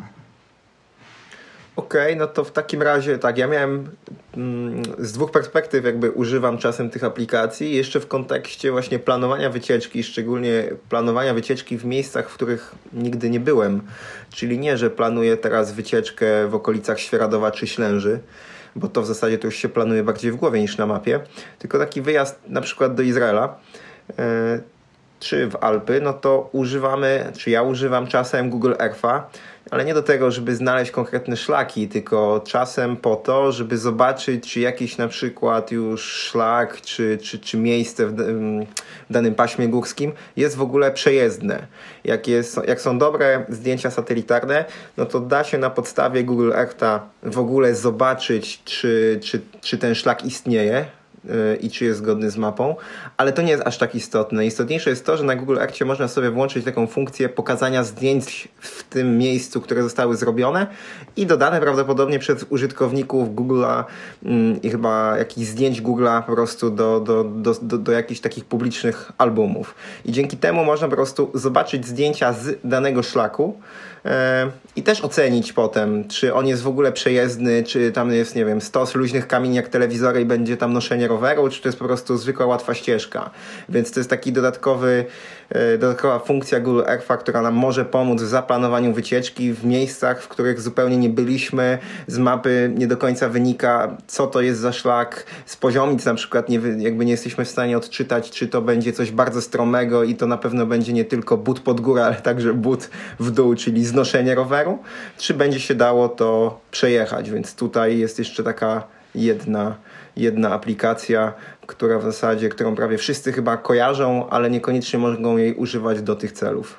Okej, okay, no to w takim razie tak, ja miałem mm, z dwóch perspektyw jakby używam czasem tych aplikacji, jeszcze w kontekście właśnie planowania wycieczki, szczególnie planowania wycieczki w miejscach, w których nigdy nie byłem, czyli nie, że planuję teraz wycieczkę w okolicach Świeradowa czy Ślęży, bo to w zasadzie to już się planuje bardziej w głowie niż na mapie, tylko taki wyjazd na przykład do Izraela, yy, czy w Alpy, no to używamy, czy ja używam czasem Google Earth'a, ale nie do tego, żeby znaleźć konkretne szlaki, tylko czasem po to, żeby zobaczyć, czy jakiś na przykład już szlak, czy, czy, czy miejsce w, w danym paśmie górskim jest w ogóle przejezdne. Jak, jest, jak są dobre zdjęcia satelitarne, no to da się na podstawie Google Earth'a w ogóle zobaczyć, czy, czy, czy ten szlak istnieje i czy jest zgodny z mapą, ale to nie jest aż tak istotne. Istotniejsze jest to, że na Google Earthcie można sobie włączyć taką funkcję pokazania zdjęć w tym miejscu, które zostały zrobione i dodane prawdopodobnie przez użytkowników Google'a i chyba jakichś zdjęć Google'a po prostu do, do, do, do, do jakichś takich publicznych albumów. I dzięki temu można po prostu zobaczyć zdjęcia z danego szlaku i też ocenić potem, czy on jest w ogóle przejezdny, czy tam jest, nie wiem, stos luźnych kamieni jak telewizory i będzie tam noszenie roweru, czy to jest po prostu zwykła, łatwa ścieżka. Więc to jest taki dodatkowy, dodatkowa funkcja Google Earth'a, która nam może pomóc w zaplanowaniu wycieczki w miejscach, w których zupełnie nie byliśmy. Z mapy nie do końca wynika, co to jest za szlak. Z poziomic na przykład nie, jakby nie jesteśmy w stanie odczytać, czy to będzie coś bardzo stromego i to na pewno będzie nie tylko but pod górę, ale także but w dół, czyli znoszenie roweru, czy będzie się dało to przejechać. Więc tutaj jest jeszcze taka jedna, jedna aplikacja, która w zasadzie, którą prawie wszyscy chyba kojarzą, ale niekoniecznie mogą jej używać do tych celów.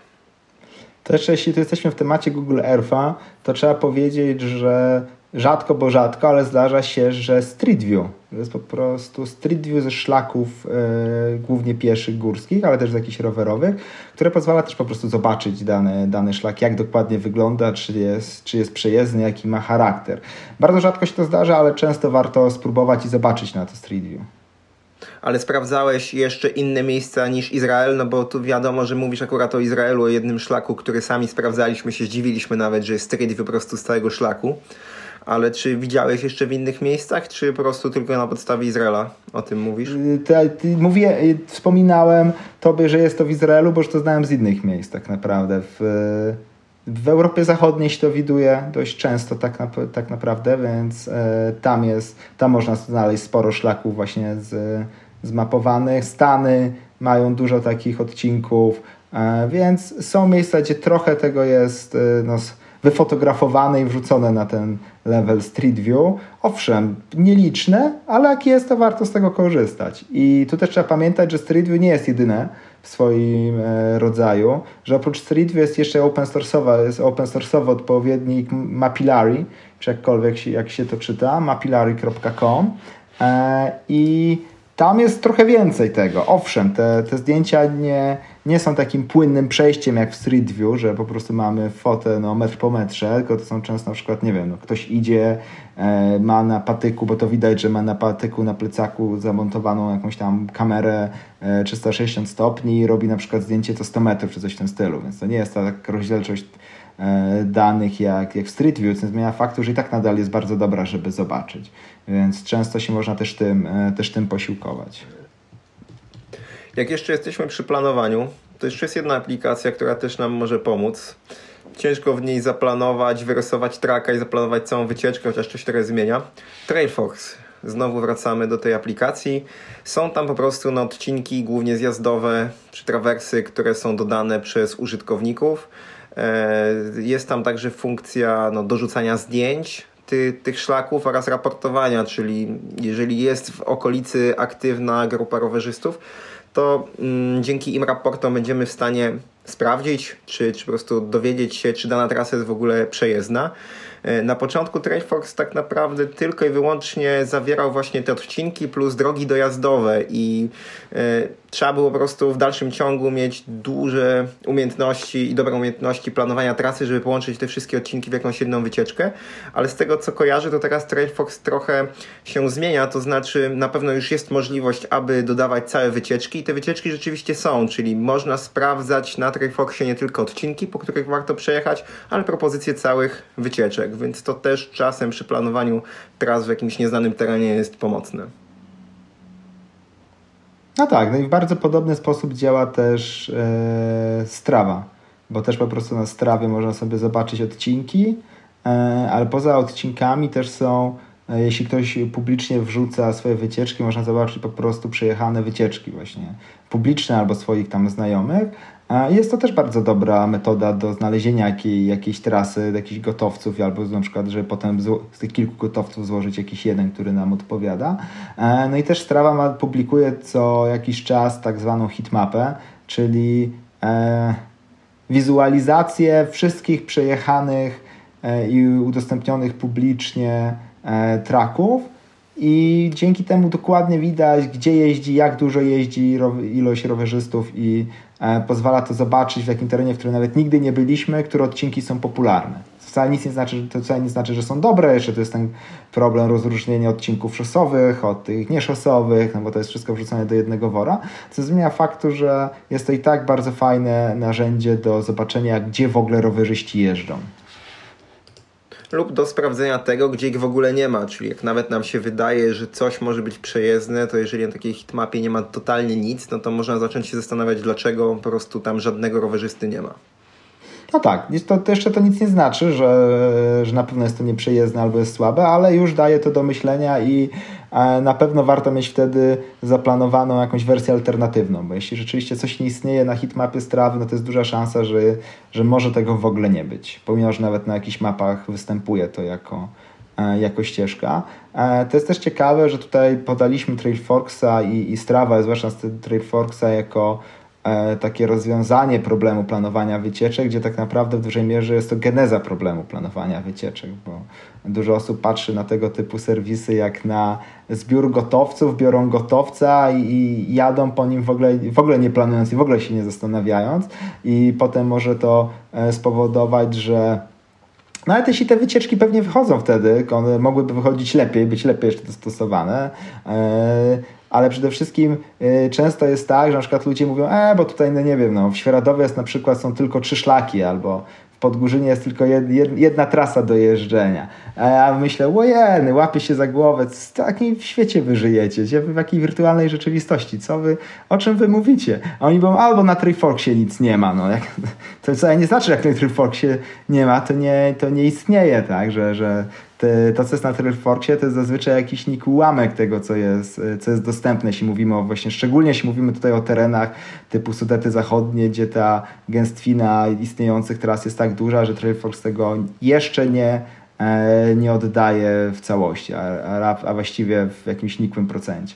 Też jeśli tu jesteśmy w temacie Google Earth'a, to trzeba powiedzieć, że rzadko, bo rzadko, ale zdarza się, że Street View, to jest po prostu Street View ze szlaków yy, głównie pieszych, górskich, ale też z jakichś rowerowych, które pozwala też po prostu zobaczyć dany, dany szlak, jak dokładnie wygląda, czy jest, czy jest przejezdny, jaki ma charakter. Bardzo rzadko się to zdarza, ale często warto spróbować i zobaczyć na to Street View. Ale sprawdzałeś jeszcze inne miejsca niż Izrael? No bo tu wiadomo, że mówisz akurat o Izraelu, o jednym szlaku, który sami sprawdzaliśmy, się zdziwiliśmy nawet, że jest Street View po prostu z całego szlaku. Ale czy widziałeś jeszcze w innych miejscach, czy po prostu tylko na podstawie Izraela o tym mówisz? Te, te, mówię, wspominałem tobie, że jest to w Izraelu, bo już to znałem z innych miejsc tak naprawdę. W, w Europie Zachodniej się to widuje dość często tak, na, tak naprawdę, więc e, tam jest, tam można znaleźć sporo szlaków właśnie z, zmapowanych. Stany mają dużo takich odcinków, e, więc są miejsca, gdzie trochę tego jest e, no, wyfotografowane i wrzucone na ten level Street View. Owszem, nieliczne, ale jak jest, to warto z tego korzystać. I tu też trzeba pamiętać, że Street View nie jest jedyne w swoim e, rodzaju, że oprócz Street View jest jeszcze open source'owy, jest open source'owy odpowiednik Mapillary, czy jakkolwiek się, jak się to czyta, mapillary kropka com e, i tam jest trochę więcej tego. Owszem, te, te zdjęcia nie, nie są takim płynnym przejściem jak w Street View, że po prostu mamy fotę no, metr po metrze, tylko to są często na przykład, nie wiem, no, ktoś idzie, e, ma na patyku, bo to widać, że ma na patyku, na plecaku zamontowaną jakąś tam kamerę e, trzysta sześćdziesiąt stopni i robi na przykład zdjęcie to sto metrów czy coś w tym stylu, więc to nie jest ta tak rozdzielczość e, danych jak, jak w Street View, co nie zmienia faktu, że i tak nadal jest bardzo dobra, żeby zobaczyć. Więc często się można też tym, też tym posiłkować. Jak jeszcze jesteśmy przy planowaniu, to jeszcze jest jedna aplikacja, która też nam może pomóc. Ciężko w niej zaplanować, wyrysować tracka i zaplanować całą wycieczkę, chociaż coś trochę zmienia. Trailfox. Znowu wracamy do tej aplikacji. Są tam po prostu na odcinki głównie zjazdowe czy trawersy, które są dodane przez użytkowników. Jest tam także funkcja no, dorzucania zdjęć Ty, tych szlaków oraz raportowania, czyli jeżeli jest w okolicy aktywna grupa rowerzystów, to mm, dzięki im raportom będziemy w stanie sprawdzić, czy, czy po prostu dowiedzieć się, czy dana trasa jest w ogóle przejezdna. Na początku Trailfox tak naprawdę tylko i wyłącznie zawierał właśnie te odcinki plus drogi dojazdowe i y, trzeba było po prostu w dalszym ciągu mieć duże umiejętności i dobre umiejętności planowania trasy, żeby połączyć te wszystkie odcinki w jakąś jedną wycieczkę, ale z tego co kojarzę, to teraz Trailfox trochę się zmienia, to znaczy na pewno już jest możliwość, aby dodawać całe wycieczki i te wycieczki rzeczywiście są, czyli można sprawdzać na Trailfoxie nie tylko odcinki, po których warto przejechać, ale propozycje całych wycieczek, więc to też czasem przy planowaniu tras w jakimś nieznanym terenie jest pomocne. No tak, no i w bardzo podobny sposób działa też e, Strava, bo też po prostu na Strawie można sobie zobaczyć odcinki, e, ale poza odcinkami też są, e, jeśli ktoś publicznie wrzuca swoje wycieczki, można zobaczyć po prostu przejechane wycieczki właśnie publiczne albo swoich tam znajomych. Jest to też bardzo dobra metoda do znalezienia jakiej, jakiejś trasy, jakichś gotowców, albo na przykład, żeby potem z tych kilku gotowców złożyć jakiś jeden, który nam odpowiada. No i też Strava ma, publikuje co jakiś czas tak zwaną heatmapę, czyli e, wizualizację wszystkich przejechanych e, i udostępnionych publicznie e, tracków. I dzięki temu dokładnie widać, gdzie jeździ, jak dużo jeździ ilość rowerzystów i e, pozwala to zobaczyć, w jakim terenie, w którym nawet nigdy nie byliśmy, które odcinki są popularne. To wcale nic nie znaczy, to wcale nie znaczy, że są dobre, jeszcze to jest ten problem rozróżnienia odcinków szosowych od tych nieszosowych, no bo to jest wszystko wrzucone do jednego wora, co zmienia faktu, że jest to i tak bardzo fajne narzędzie do zobaczenia, gdzie w ogóle rowerzyści jeżdżą. Lub do sprawdzenia tego, gdzie ich w ogóle nie ma, czyli jak nawet nam się wydaje, że coś może być przejezdne, to jeżeli na takiej heatmapie nie ma totalnie nic, no to można zacząć się zastanawiać, dlaczego po prostu tam żadnego rowerzysty nie ma. No tak, to, to jeszcze to nic nie znaczy, że, że na pewno jest to nieprzejezdne albo jest słabe, ale już daje to do myślenia i na pewno warto mieć wtedy zaplanowaną jakąś wersję alternatywną, bo jeśli rzeczywiście coś nie istnieje na heatmapie Strawy, no to jest duża szansa, że, że może tego w ogóle nie być, pomimo że nawet na jakichś mapach występuje to jako, jako ścieżka. To jest też ciekawe, że tutaj podaliśmy Trailfoxa i, i Strava, zwłaszcza Trailfoxa jako takie rozwiązanie problemu planowania wycieczek, gdzie tak naprawdę w dużej mierze jest to geneza problemu planowania wycieczek, bo dużo osób patrzy na tego typu serwisy jak na zbiór gotowców, biorą gotowca i, i jadą po nim w ogóle, w ogóle nie planując i w ogóle się nie zastanawiając i potem może to spowodować, że nawet jeśli te wycieczki pewnie wychodzą wtedy, one mogłyby wychodzić lepiej, być lepiej jeszcze dostosowane, ale przede wszystkim y, często jest tak, że na przykład ludzie mówią, e, bo tutaj, no nie wiem, no, w Świeradowie jest na przykład są tylko trzy szlaki, albo w Podgórzynie jest tylko jed, jed, jedna trasa do jeżdżenia. A ja myślę, ojej, łapię się za głowę, w jakim świecie wy żyjecie? Gdzie wy w jakiej wirtualnej rzeczywistości? Co wy, o czym wy mówicie? A oni mówią, albo na Trailfoxie nic nie ma. No, jak, to wcale nie znaczy, że jak na Trailfoxie nie ma, to nie, to nie istnieje, tak, że, że to, co jest na Trailfoxie, to jest zazwyczaj jakiś nikły ułamek tego, co jest, co jest dostępne, jeśli mówimy o właśnie, szczególnie jeśli mówimy tutaj o terenach typu Sudety Zachodnie, gdzie ta gęstwina istniejących tras jest tak duża, że Trailfox tego jeszcze nie, nie oddaje w całości, a, a, a właściwie w jakimś nikłym procencie.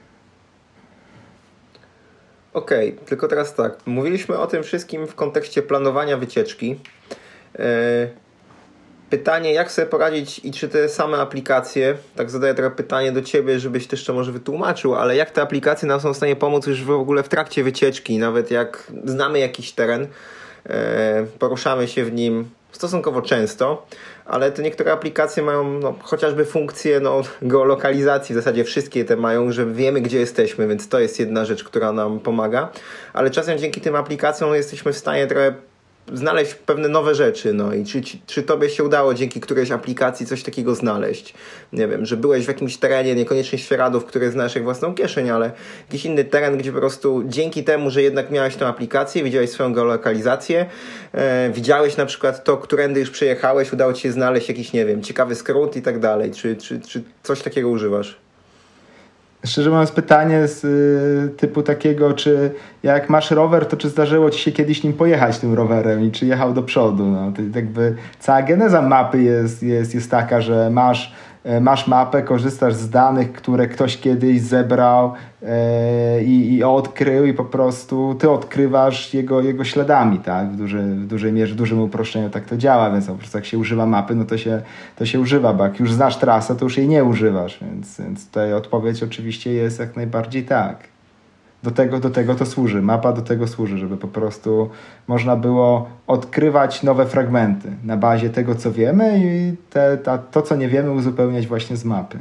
Okej, okay, tylko teraz tak, mówiliśmy o tym wszystkim w kontekście planowania wycieczki. Yy... Pytanie, jak sobie poradzić i czy te same aplikacje, tak zadaję trochę pytanie do Ciebie, żebyś też to może wytłumaczył, ale jak te aplikacje nam są w stanie pomóc już w ogóle w trakcie wycieczki, nawet jak znamy jakiś teren, e, poruszamy się w nim stosunkowo często, ale te niektóre aplikacje mają no, chociażby funkcję no, geolokalizacji, w zasadzie wszystkie te mają, że wiemy gdzie jesteśmy, więc to jest jedna rzecz, która nam pomaga, ale czasem dzięki tym aplikacjom jesteśmy w stanie trochę znaleźć pewne nowe rzeczy, no i czy, czy tobie się udało dzięki którejś aplikacji coś takiego znaleźć? Nie wiem, że byłeś w jakimś terenie, niekoniecznie Świeradów, który znasz jak własną kieszeń, ale jakiś inny teren, gdzie po prostu dzięki temu, że jednak miałeś tę aplikację, widziałeś swoją geolokalizację, e, widziałeś na przykład to, którędy już przejechałeś, udało ci się znaleźć jakiś, nie wiem, ciekawy skrót i tak dalej. Czy, czy, czy coś takiego używasz? Szczerze mówiąc, pytanie z y, typu takiego, czy jak masz rower, to czy zdarzyło ci się kiedyś nim pojechać tym rowerem i czy jechał do przodu? No, to jakby cała geneza mapy jest, jest, jest taka, że masz masz mapę, korzystasz z danych, które ktoś kiedyś zebrał i, i odkrył i po prostu ty odkrywasz jego, jego śladami, tak? W dużej, w dużej mierze, w dużym uproszczeniu tak to działa, więc po prostu jak się używa mapy, no to się, to się używa, bo jak już znasz trasę, to już jej nie używasz, więc, więc tutaj odpowiedź oczywiście jest jak najbardziej tak. Do tego, do tego to służy. Mapa do tego służy, żeby po prostu można było odkrywać nowe fragmenty na bazie tego, co wiemy i te, ta, to, co nie wiemy, uzupełniać właśnie z mapy.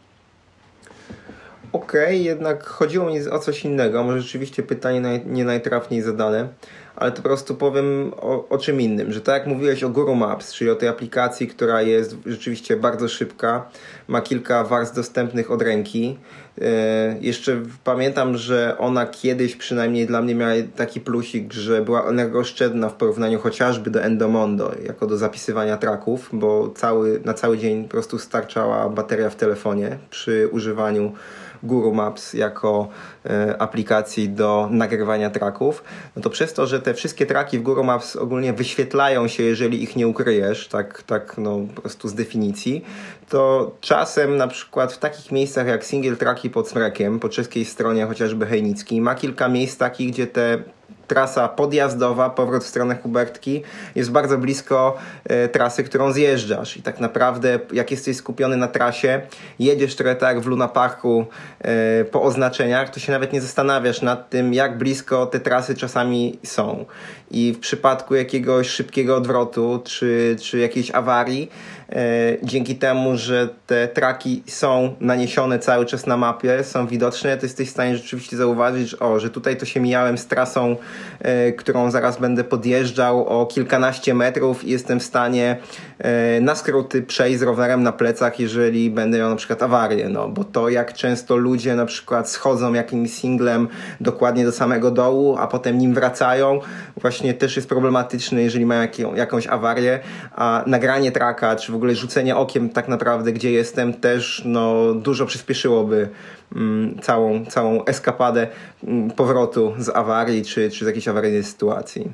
Okej, okay, jednak chodziło mi o coś innego. Może rzeczywiście pytanie naj, nie najtrafniej zadane, ale to po prostu powiem o, o czym innym, że tak jak mówiłeś o Guru Maps, czyli o tej aplikacji, która jest rzeczywiście bardzo szybka, ma kilka warstw dostępnych od ręki. Yy, jeszcze pamiętam, że ona kiedyś przynajmniej dla mnie miała taki plusik, że była energooszczędna w porównaniu chociażby do Endomondo, jako do zapisywania tracków, bo cały, na cały dzień po prostu starczała bateria w telefonie przy używaniu Guru Maps jako e, aplikacji do nagrywania tracków, no to przez to, że te wszystkie traki w Guru Maps ogólnie wyświetlają się, jeżeli ich nie ukryjesz, tak, tak no po prostu z definicji, to czasem na przykład w takich miejscach jak Single Traki pod Smrekiem, po czeskiej stronie chociażby Hejnickiej, ma kilka miejsc takich, gdzie te trasa podjazdowa, powrót w stronę Hubertki jest bardzo blisko e, trasy, którą zjeżdżasz i tak naprawdę jak jesteś skupiony na trasie, jedziesz trochę tak jak w Luna Parku e, po oznaczeniach, to się nawet nie zastanawiasz nad tym, jak blisko te trasy czasami są. I w przypadku jakiegoś szybkiego odwrotu czy, czy jakiejś awarii, e, dzięki temu, że te traki są naniesione cały czas na mapie, są widoczne, to jesteś w stanie rzeczywiście zauważyć, że, o, że tutaj to się mijałem z trasą, e, którą zaraz będę podjeżdżał o kilkanaście metrów i jestem w stanie e, na skróty przejść z rowerem na plecach, jeżeli będę miał na przykład awarię, no bo to jak często ludzie na przykład schodzą jakimś singlem dokładnie do samego dołu, a potem nim wracają, właśnie też jest problematyczny, jeżeli mają jaką, jakąś awarię, a nagranie traka, czy w ogóle rzucenie okiem tak naprawdę, gdzie jestem, też no, dużo przyspieszyłoby mm, całą, całą eskapadę mm, powrotu z awarii, czy, czy z jakiejś awaryjnej sytuacji.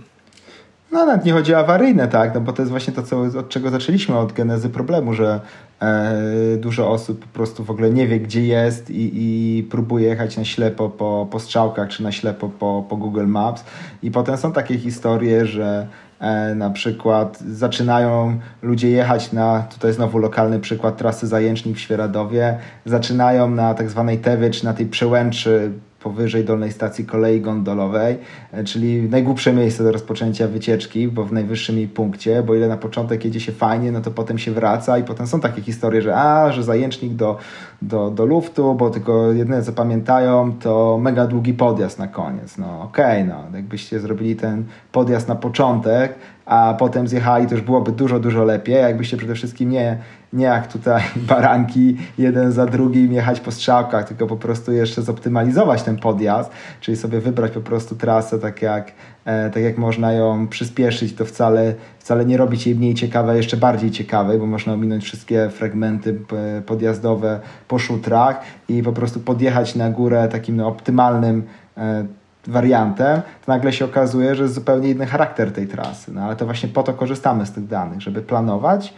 No nawet nie chodzi o awaryjne, tak, no bo to jest właśnie to, co, od czego zaczęliśmy, od genezy problemu, że e, dużo osób po prostu w ogóle nie wie, gdzie jest i, i próbuje jechać na ślepo po, po strzałkach, czy na ślepo po, po Google Maps i potem są takie historie, że e, na przykład zaczynają ludzie jechać na, tutaj znowu lokalny przykład trasy Zajęcznik w Świeradowie, zaczynają na tak zwanej Tewie, czy na tej przełęczy powyżej dolnej stacji kolei gondolowej, czyli najgłupsze miejsce do rozpoczęcia wycieczki, bo w najwyższym jej punkcie, bo ile na początek jedzie się fajnie, no to potem się wraca i potem są takie historie, że a, że Zajęcznik do, do, do luftu, bo tylko jedyne co pamiętają to mega długi podjazd na koniec. No okej, okay, no jakbyście zrobili ten podjazd na początek, a potem zjechali, to już byłoby dużo, dużo lepiej, jakbyście przede wszystkim nie, nie jak tutaj baranki jeden za drugim jechać po strzałkach, tylko po prostu jeszcze zoptymalizować ten podjazd, czyli sobie wybrać po prostu trasę tak jak, e, tak jak można ją przyspieszyć, to wcale, wcale nie robić jej mniej ciekawej, jeszcze bardziej ciekawej, bo można ominąć wszystkie fragmenty podjazdowe po szutrach i po prostu podjechać na górę takim no, optymalnym e, wariantem, to nagle się okazuje, że jest zupełnie inny charakter tej trasy. No ale to właśnie po to korzystamy z tych danych, żeby planować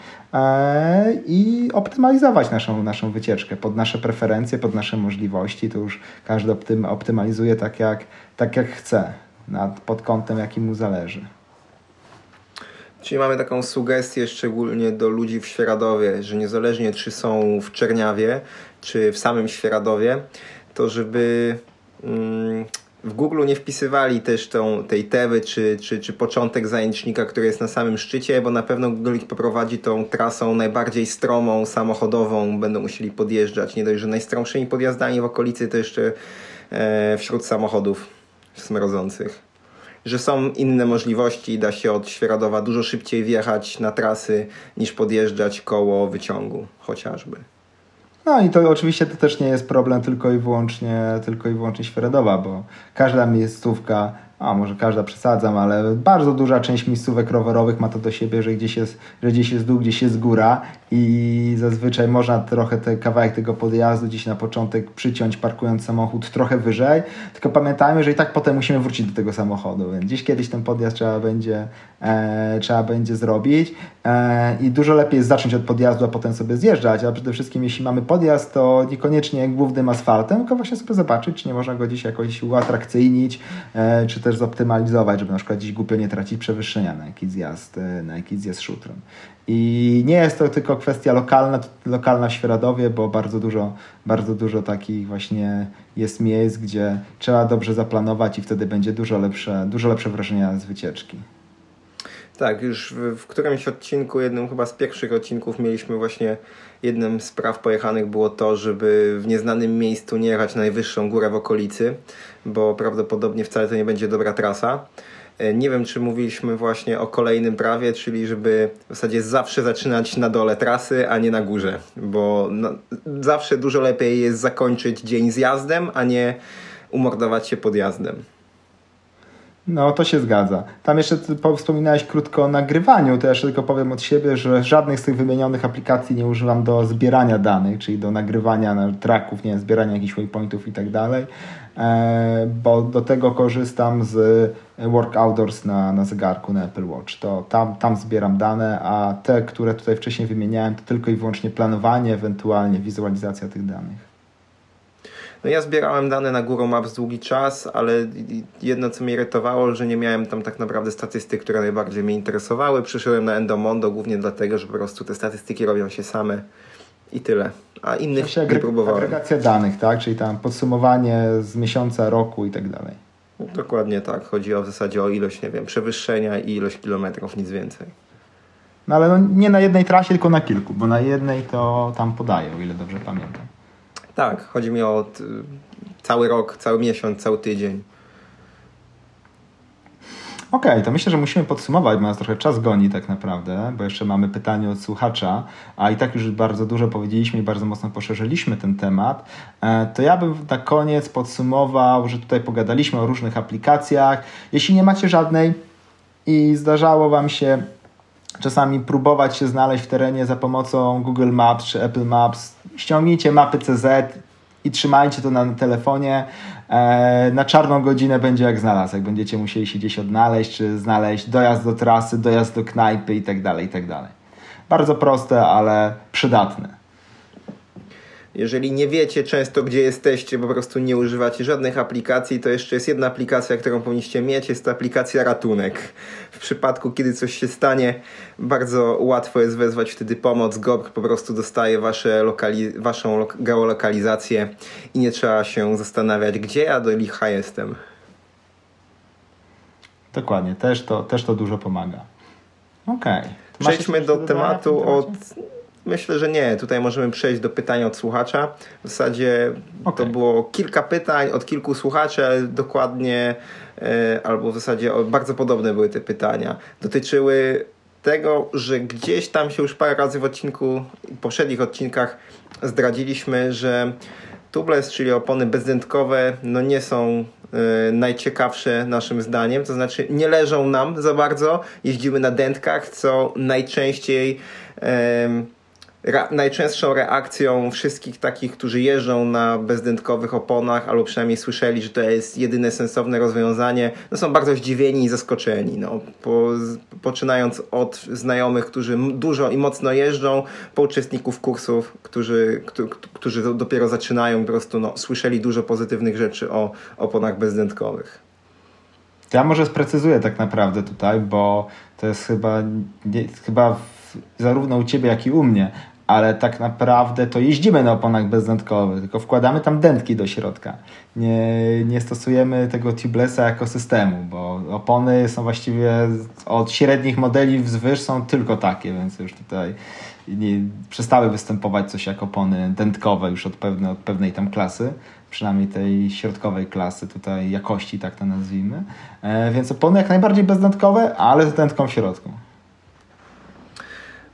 e, i optymalizować naszą, naszą wycieczkę pod nasze preferencje, pod nasze możliwości. To już każdy optym, optymalizuje tak jak, tak jak chce, nad, pod kątem, jaki mu zależy. Czyli mamy taką sugestię szczególnie do ludzi w Świeradowie, że niezależnie czy są w Czerniawie, czy w samym Świeradowie, to żeby mm, w Google nie wpisywali też tą, tej Tewy czy, czy, czy początek Zajęcznika, który jest na samym szczycie, bo na pewno Google ich poprowadzi tą trasą najbardziej stromą, samochodową, będą musieli podjeżdżać. Nie dość, że najstromszymi podjazdami w okolicy, to jeszcze e, wśród samochodów smrodzących. Że są inne możliwości, da się od Świeradowa dużo szybciej wjechać na trasy niż podjeżdżać koło wyciągu chociażby. No i to oczywiście to też nie jest problem tylko i wyłącznie, tylko i wyłącznie Świeradowa, bo każda miejscówka a może każda przesadzam, ale bardzo duża część miejscówek rowerowych ma to do siebie, że gdzieś jest, że gdzieś jest dół, gdzieś jest góra i zazwyczaj można trochę ten kawałek tego podjazdu gdzieś na początek przyciąć, parkując samochód trochę wyżej, tylko pamiętajmy, że i tak potem musimy wrócić do tego samochodu, więc gdzieś kiedyś ten podjazd trzeba będzie, e, trzeba będzie zrobić e, i dużo lepiej jest zacząć od podjazdu, a potem sobie zjeżdżać, a przede wszystkim jeśli mamy podjazd, to niekoniecznie głównym asfaltem, tylko właśnie sobie zobaczyć, czy nie można go gdzieś jakoś uatrakcyjnić, e, czy też zoptymalizować, żeby na przykład gdzieś głupio nie tracić przewyższenia na jakiś zjazd, na jakiś zjazd szutrem. I nie jest to tylko kwestia lokalna, lokalna w Świeradowie, bo bardzo dużo, bardzo dużo takich właśnie jest miejsc, gdzie trzeba dobrze zaplanować i wtedy będzie dużo lepsze, dużo lepsze wrażenia z wycieczki. Tak, już w, w którymś odcinku, jednym chyba z pierwszych odcinków mieliśmy właśnie, jednym z praw pojechanych było to, żeby w nieznanym miejscu nie jechać na najwyższą górę w okolicy, bo prawdopodobnie wcale to nie będzie dobra trasa. Nie wiem, czy mówiliśmy właśnie o kolejnym prawie, czyli żeby w zasadzie zawsze zaczynać na dole trasy, a nie na górze, bo no, zawsze dużo lepiej jest zakończyć dzień zjazdem, a nie umordować się podjazdem. No, to się zgadza. Tam jeszcze wspominałeś krótko o nagrywaniu, to ja jeszcze tylko powiem od siebie, że żadnych z tych wymienionych aplikacji nie używam do zbierania danych, czyli do nagrywania tracków, nie, zbierania jakichś waypointów i tak dalej, bo do tego korzystam z Work Outdoors na, na zegarku, na Apple Watch. To tam, tam zbieram dane, a te, które tutaj wcześniej wymieniałem, to tylko i wyłącznie planowanie, ewentualnie wizualizacja tych danych. No ja zbierałem dane na Guru Maps długi czas, ale jedno co mnie irytowało, że nie miałem tam tak naprawdę statystyk, które najbardziej mnie interesowały. Przyszedłem na Endomondo głównie dlatego, że po prostu te statystyki robią się same i tyle. A innych w sensie nie próbowałem. Agregacja danych, tak? Czyli tam podsumowanie z miesiąca, roku i tak dalej. No, dokładnie tak. Chodzi o w zasadzie o ilość, nie wiem, przewyższenia i ilość kilometrów, nic więcej. No ale no, nie na jednej trasie, tylko na kilku, bo na jednej to tam podaję, o ile dobrze pamiętam. Tak, chodzi mi o t- cały rok, cały miesiąc, cały tydzień. Okej, okay, to myślę, że musimy podsumować, bo nas trochę czas goni tak naprawdę, bo jeszcze mamy pytanie od słuchacza, a i tak już bardzo dużo powiedzieliśmy i bardzo mocno poszerzyliśmy ten temat. To ja bym na koniec podsumował, że tutaj pogadaliśmy o różnych aplikacjach. Jeśli nie macie żadnej i zdarzało Wam się czasami próbować się znaleźć w terenie za pomocą Google Maps czy Apple Maps, ściągnijcie mapy C Z i trzymajcie to na telefonie. E, na czarną godzinę będzie jak znalazł, jak będziecie musieli się gdzieś odnaleźć, czy znaleźć dojazd do trasy, dojazd do knajpy i tak dalej, i tak dalej. Bardzo proste, ale przydatne. Jeżeli nie wiecie często, gdzie jesteście, po prostu nie używacie żadnych aplikacji, to jeszcze jest jedna aplikacja, którą powinniście mieć, jest to aplikacja Ratunek. W przypadku, kiedy coś się stanie, bardzo łatwo jest wezwać wtedy pomoc. G O P R po prostu dostaje wasze lokali- waszą lo- geolokalizację i nie trzeba się zastanawiać, gdzie ja do licha jestem. Dokładnie, też to, też to dużo pomaga. Okej. Okay. Przejdźmy do tematu od... Myślę, że nie. Tutaj możemy przejść do pytania od słuchacza. W zasadzie okay. To było kilka pytań od kilku słuchaczy, ale dokładnie e, albo w zasadzie o, bardzo podobne były te pytania. Dotyczyły tego, że gdzieś tam się już parę razy w odcinku, w poprzednich odcinkach zdradziliśmy, że tubeless, czyli opony bezdętkowe, no nie są e, najciekawsze naszym zdaniem. To znaczy nie leżą nam za bardzo. Jeździmy na dętkach, co najczęściej... E, Re- najczęstszą reakcją wszystkich takich, którzy jeżdżą na bezdętkowych oponach, albo przynajmniej słyszeli, że to jest jedyne sensowne rozwiązanie, no są bardzo zdziwieni i zaskoczeni. No, po, poczynając od znajomych, którzy dużo i mocno jeżdżą, po uczestników kursów, którzy, którzy, którzy dopiero zaczynają, po prostu no, słyszeli dużo pozytywnych rzeczy o oponach bezdętkowych. Ja może sprecyzuję tak naprawdę tutaj, bo to jest chyba, nie, chyba w, zarówno u Ciebie, jak i u mnie, ale tak naprawdę to jeździmy na oponach bezdętkowych, tylko wkładamy tam dętki do środka. Nie, nie stosujemy tego tubelessa jako systemu, bo opony są właściwie od średnich modeli wzwyż są tylko takie, więc już tutaj nie, przestały występować coś jak opony dętkowe już od, pewne, od pewnej tam klasy, przynajmniej tej środkowej klasy tutaj jakości, tak to nazwijmy. E, więc opony jak najbardziej bezdętkowe, ale z dętką w środku.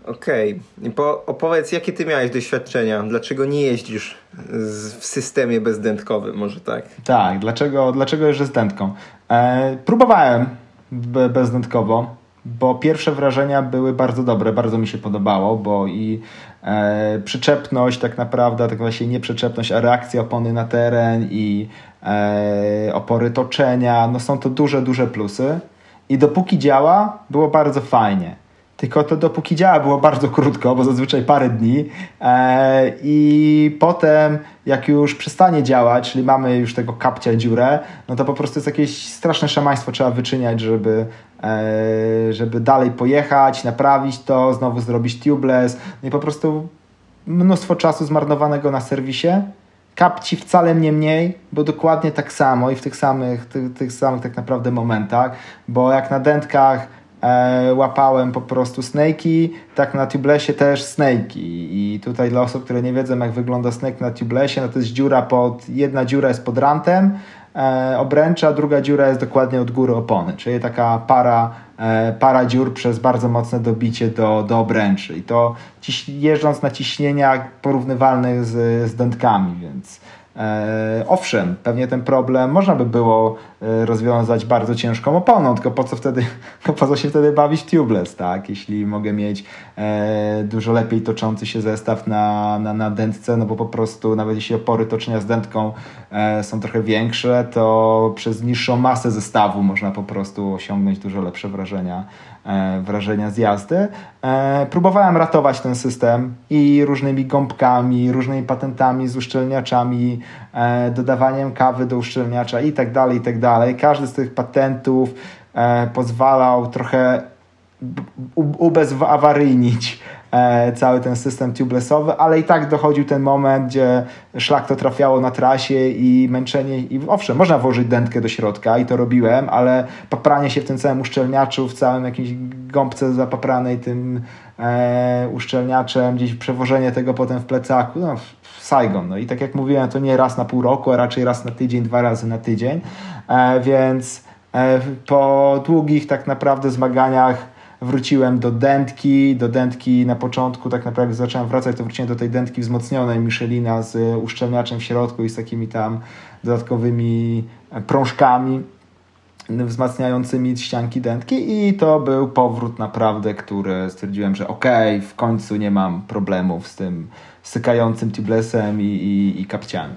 Okej. I po, opowiedz, jakie ty miałeś doświadczenia? Dlaczego nie jeździsz z, w systemie bezdętkowym, może tak? Tak, dlaczego, dlaczego jeżdżę z dętką? E, próbowałem be, bezdętkowo, bo pierwsze wrażenia były bardzo dobre, bardzo mi się podobało, bo i e, przyczepność tak naprawdę, tak właśnie nie przyczepność, a reakcja opony na teren i e, opory toczenia, no są to duże, duże plusy i dopóki działa, było bardzo fajnie. Tylko to dopóki działa było bardzo krótko, bo zazwyczaj parę dni e, i potem jak już przestanie działać, czyli mamy już tego kapcia dziurę, no to po prostu jest jakieś straszne szamaństwo trzeba wyczyniać, żeby, e, żeby dalej pojechać, naprawić to, znowu zrobić tubeless. No i po prostu mnóstwo czasu zmarnowanego na serwisie. Kapci wcale nie mniej, bo dokładnie tak samo i w tych samych, tych, tych samych tak naprawdę momentach, bo jak na dętkach E, łapałem po prostu snake'i, tak na tubelessie też snake'i i tutaj dla osób, które nie wiedzą jak wygląda snake na tubelessie, no to jest dziura pod, jedna dziura jest pod rantem e, obręcza, druga dziura jest dokładnie od góry opony, czyli taka para, e, para dziur przez bardzo mocne dobicie do, do obręczy i to ciś, jeżdżąc na ciśnieniach porównywalnych z, z dętkami, więc E, owszem, pewnie ten problem można by było e, rozwiązać bardzo ciężką oponą, tylko po co wtedy, po co się wtedy bawić tubeless, tak? Jeśli mogę mieć e, dużo lepiej toczący się zestaw na, na, na dętce, no bo po prostu nawet jeśli opory toczenia z dętką e, są trochę większe, to przez niższą masę zestawu można po prostu osiągnąć dużo lepsze wrażenia, e, wrażenia z jazdy. E, próbowałem ratować ten system i różnymi gąbkami, różnymi patentami z uszczelniaczami, e, dodawaniem kawy do uszczelniacza i tak dalej, i tak dalej. Każdy z tych patentów e, pozwalał trochę ubezawaryjnić e, cały ten system tubelessowy, ale i tak dochodził ten moment, gdzie szlak to trafiało na trasie i męczenie, i owszem, można włożyć dętkę do środka i to robiłem, ale papranie się w tym całym uszczelniaczu, w całym jakimś gąbce zapapranej tym e, uszczelniaczem, gdzieś przewożenie tego potem w plecaku, no Saigon. No i tak jak mówiłem, to nie raz na pół roku, a raczej raz na tydzień, dwa razy na tydzień, e, więc e, po długich tak naprawdę zmaganiach wróciłem do dętki, do dętki na początku, tak naprawdę zacząłem wracać, to wróciłem do tej dętki wzmocnionej Michelina z uszczelniaczem w środku i z takimi tam dodatkowymi prążkami wzmacniającymi ścianki dętki i to był powrót naprawdę, który stwierdziłem, że okej, okay, w końcu nie mam problemów z tym sykającym tubelessem i, i, i kapciami.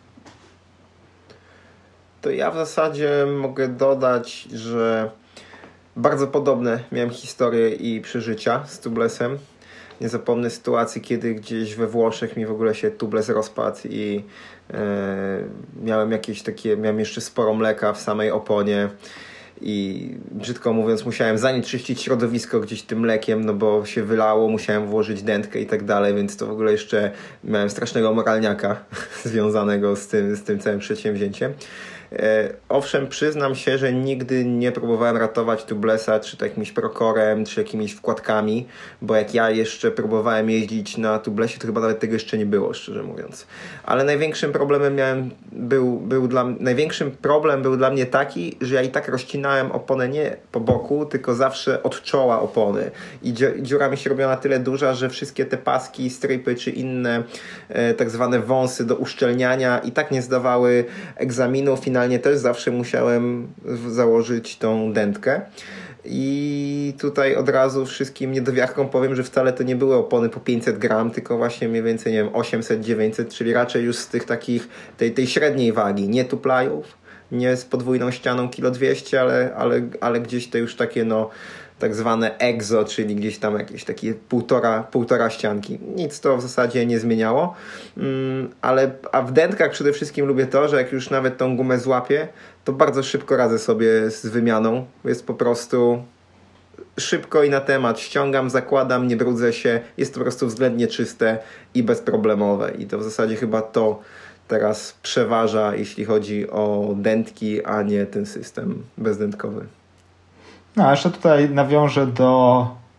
To ja w zasadzie mogę dodać, że bardzo podobne miałem historie i przeżycia z tubelessem. Nie zapomnę sytuacji, kiedy gdzieś we Włoszech mi w ogóle się tubeless rozpadł i e, miałem jakieś takie, miałem jeszcze sporo mleka w samej oponie i brzydko mówiąc musiałem zanieczyścić środowisko gdzieś tym mlekiem, no bo się wylało, musiałem włożyć dętkę i tak dalej, więc to w ogóle jeszcze miałem strasznego moralniaka związanego z tym, z tym całym przedsięwzięciem. Owszem, przyznam się, że nigdy nie próbowałem ratować tubelessa czy to jakimś procorem, czy jakimiś wkładkami, bo jak ja jeszcze próbowałem jeździć na tubelessie, to chyba nawet tego jeszcze nie było, szczerze mówiąc. Ale największym problemem miałem, był, był dla, największym problem był dla mnie taki, że ja i tak rozcinałem oponę nie po boku, tylko zawsze od czoła opony. I dziura mi się robiła na tyle duża, że wszystkie te paski, strypy czy inne e, tak zwane wąsy do uszczelniania i tak nie zdawały egzaminu. Finalnie też zawsze musiałem założyć tą dętkę. I tutaj od razu wszystkim niedowiarkom powiem, że wcale to nie były opony po pięćset gram, tylko właśnie mniej więcej, nie wiem, osiemset dziewięćset, czyli raczej już z tych takich, tej, tej średniej wagi, nie tuplajów, nie z podwójną ścianą kilo dwieście, ale, ale, ale gdzieś te już takie no tak zwane exo, czyli gdzieś tam jakieś takie półtora, półtora ścianki. Nic to w zasadzie nie zmieniało, mm, ale a w dętkach przede wszystkim lubię to, że jak już nawet tą gumę złapię, to bardzo szybko radzę sobie z wymianą. Jest po prostu szybko i na temat. Ściągam, zakładam, nie brudzę się. Jest to po prostu względnie czyste i bezproblemowe. I to w zasadzie chyba to teraz przeważa, jeśli chodzi o dętki, a nie ten system bezdętkowy. No, a jeszcze tutaj nawiążę do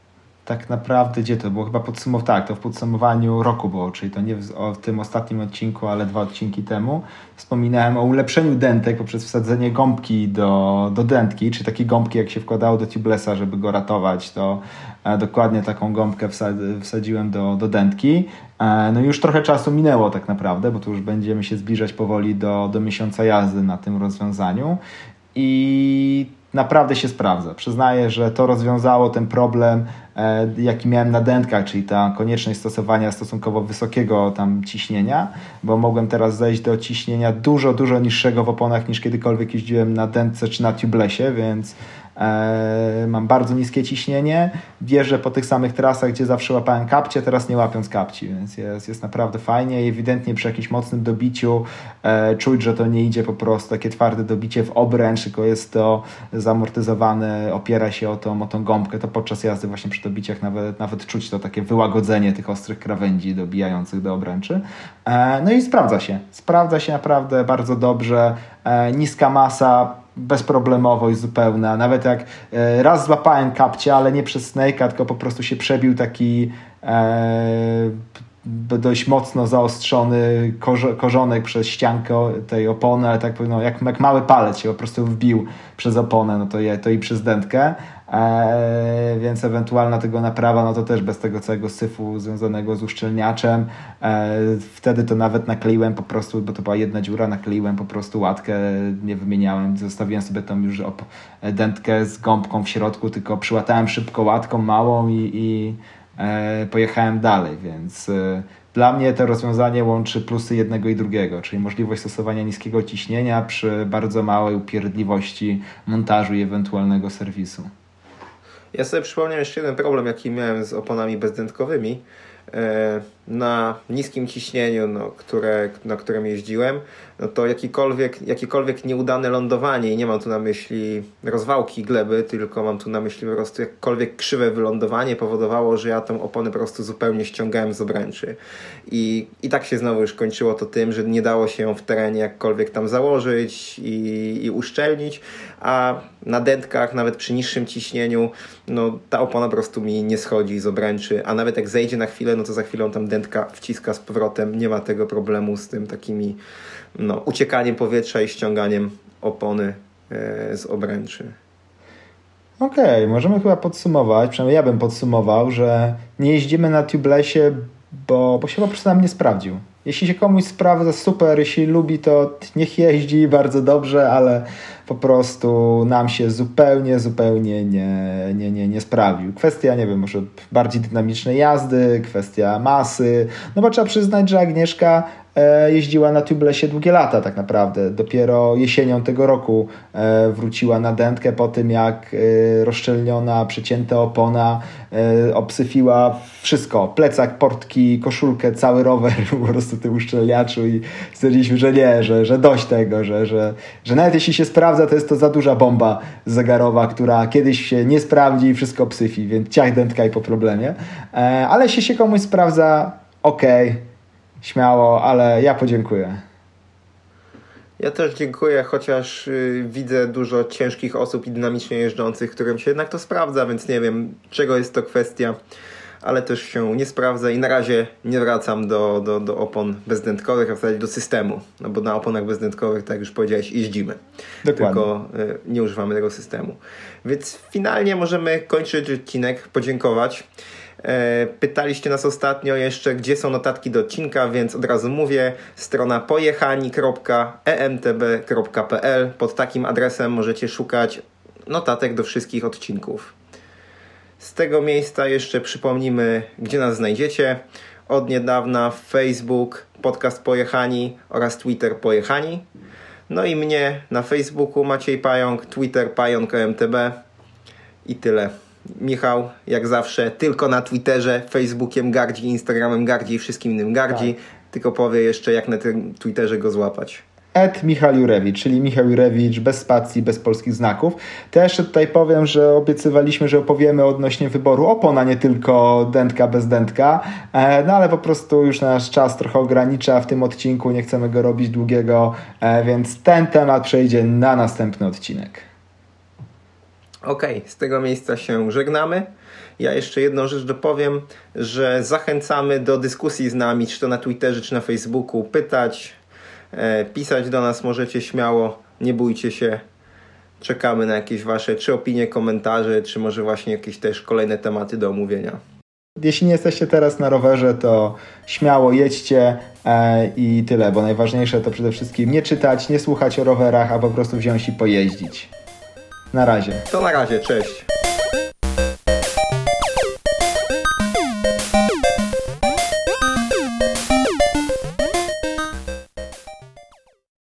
tak naprawdę, gdzie to było? Chyba podsumow... tak, to w podsumowaniu roku było, czyli to nie w, o, w tym ostatnim odcinku, ale dwa odcinki temu. Wspominałem o ulepszeniu dentek poprzez wsadzenie gąbki do, do dentki, czy takie gąbki jak się wkładało do tubelessa, żeby go ratować, to e, dokładnie taką gąbkę wsad... wsadziłem do, do dentki. E, no już trochę czasu minęło tak naprawdę, bo tu już będziemy się zbliżać powoli do, do miesiąca jazdy na tym rozwiązaniu i naprawdę się sprawdza. Przyznaję, że to rozwiązało ten problem, e, jaki miałem na dentkach, czyli ta konieczność stosowania stosunkowo wysokiego tam ciśnienia, bo mogłem teraz zejść do ciśnienia dużo, dużo niższego w oponach niż kiedykolwiek jeździłem na dentce czy na tubelessie, więc e, mam bardzo niskie ciśnienie. Wjeżdżę po tych samych trasach, gdzie zawsze łapałem kapcie, teraz nie łapiąc kapci, więc jest, jest naprawdę fajnie i ewidentnie przy jakimś mocnym dobiciu e, czuć, że to nie idzie po prostu takie twarde dobicie w obręcz, tylko jest to zamortyzowane, opiera się o tą, o tą gąbkę, to podczas jazdy właśnie przy dobiciach nawet, nawet czuć to takie wyłagodzenie tych ostrych krawędzi dobijających do obręczy. E, no i sprawdza się. Sprawdza się naprawdę bardzo dobrze. E, niska masa, bezproblemowość zupełna. Nawet jak e, raz złapałem kapcie, ale nie przez snake'a, tylko po prostu się przebił taki e, dość mocno zaostrzony korzo- korzonek przez ściankę tej opony, ale tak no, jak, jak mały palec się po prostu wbił przez oponę, no to, je, to i przez dentkę. E, więc ewentualna tego naprawa, no to też bez tego całego syfu związanego z uszczelniaczem. E, wtedy to nawet nakleiłem po prostu, bo to była jedna dziura, nakleiłem po prostu łatkę, nie wymieniałem, zostawiłem sobie tam już op- dentkę z gąbką w środku, tylko przyłatałem szybko łatką małą i, i e, pojechałem dalej, więc e, dla mnie to rozwiązanie łączy plusy jednego i drugiego, czyli możliwość stosowania niskiego ciśnienia przy bardzo małej upierdliwości montażu i ewentualnego serwisu. Ja sobie przypomniałem jeszcze jeden problem, jaki miałem z oponami bezdętkowymi. Na niskim ciśnieniu, no, które, na którym jeździłem, no to jakikolwiek, jakiekolwiek nieudane lądowanie, i nie mam tu na myśli rozwałki gleby, tylko mam tu na myśli po prostu jakkolwiek krzywe wylądowanie powodowało, że ja tą oponę po prostu zupełnie ściągałem z obręczy. I, i tak się znowu już kończyło to tym, że nie dało się ją w terenie jakkolwiek tam założyć i, i uszczelnić, a na dętkach, nawet przy niższym ciśnieniu, no ta opona po prostu mi nie schodzi z obręczy, a nawet jak zejdzie na chwilę, no to za chwilę tam dętka wciska z powrotem, nie ma tego problemu z tym takimi no, uciekaniem powietrza i ściąganiem opony e, z obręczy. Okej, okay, możemy chyba podsumować, przynajmniej ja bym podsumował, że nie jeździmy na tubelessie, bo, bo się po prostu nam nie sprawdził. Jeśli się komuś sprawdza, super, jeśli lubi, to niech jeździ bardzo dobrze, ale po prostu nam się zupełnie, zupełnie nie, nie, nie, nie sprawdził. Kwestia, nie wiem, może bardziej dynamicznej jazdy, kwestia masy, no bo trzeba przyznać, że Agnieszka e, jeździła na tubelessie długie lata tak naprawdę. Dopiero jesienią tego roku e, wróciła na dętkę po tym, jak e, rozszczelniona, przecięta opona e, obsyfiła wszystko, plecak, portki, koszulkę, cały rower po prostu tym uszczelniaczu i stwierdziliśmy, że nie, że, że dość tego, że, że, że nawet jeśli się sprawdza, to jest to za duża bomba zegarowa, która kiedyś się nie sprawdzi i wszystko psyfi, więc ciach dętka i po problemie. E, ale jeśli się komuś sprawdza, okej, okay, śmiało, ale ja podziękuję. Ja też dziękuję, chociaż y, widzę dużo ciężkich osób i dynamicznie jeżdżących, którym się jednak to sprawdza, więc nie wiem, czego jest to kwestia, ale też się nie sprawdza i na razie nie wracam do, do, do opon bezdętkowych, a w zasadzie do systemu, no bo na oponach bezdętkowych, tak jak już powiedziałeś, jeździmy. Dokładnie. Tylko y, nie używamy tego systemu. Więc finalnie możemy kończyć odcinek, podziękować. Pytaliście nas ostatnio jeszcze, gdzie są notatki do odcinka, więc od razu mówię, strona pojechani kropka e m t b kropka p l. Pod takim adresem możecie szukać notatek do wszystkich odcinków. Z tego miejsca jeszcze przypomnimy, gdzie nas znajdziecie. Od niedawna Facebook, podcast Pojechani oraz Twitter Pojechani. No i mnie na Facebooku Maciej Pająk, Twitter Pająk M T B i tyle. Michał, jak zawsze, tylko na Twitterze, Facebookiem gardzi, Instagramem gardzi i wszystkim innym gardzi. Tak. Tylko powie jeszcze, jak na tym Twitterze go złapać. At Michał Jurewicz, czyli Michał Jurewicz bez spacji, bez polskich znaków. To ja jeszcze tutaj powiem, że obiecywaliśmy, że opowiemy odnośnie wyboru opon, a nie tylko dętka bez dętka. No ale po prostu już nasz czas trochę ogranicza w tym odcinku, nie chcemy go robić długiego, więc ten temat przejdzie na następny odcinek. Okej, okay, z tego miejsca się żegnamy. Ja jeszcze jedną rzecz dopowiem, że zachęcamy do dyskusji z nami, czy to na Twitterze, czy na Facebooku, pytać, e, pisać do nas możecie śmiało, nie bójcie się. Czekamy na jakieś wasze czy opinie, komentarze, czy może właśnie jakieś też kolejne tematy do omówienia. Jeśli nie jesteście teraz na rowerze, to śmiało jedźcie e, i tyle, bo najważniejsze to przede wszystkim nie czytać, nie słuchać o rowerach, a po prostu wziąć i pojeździć. Na razie. To na razie, cześć.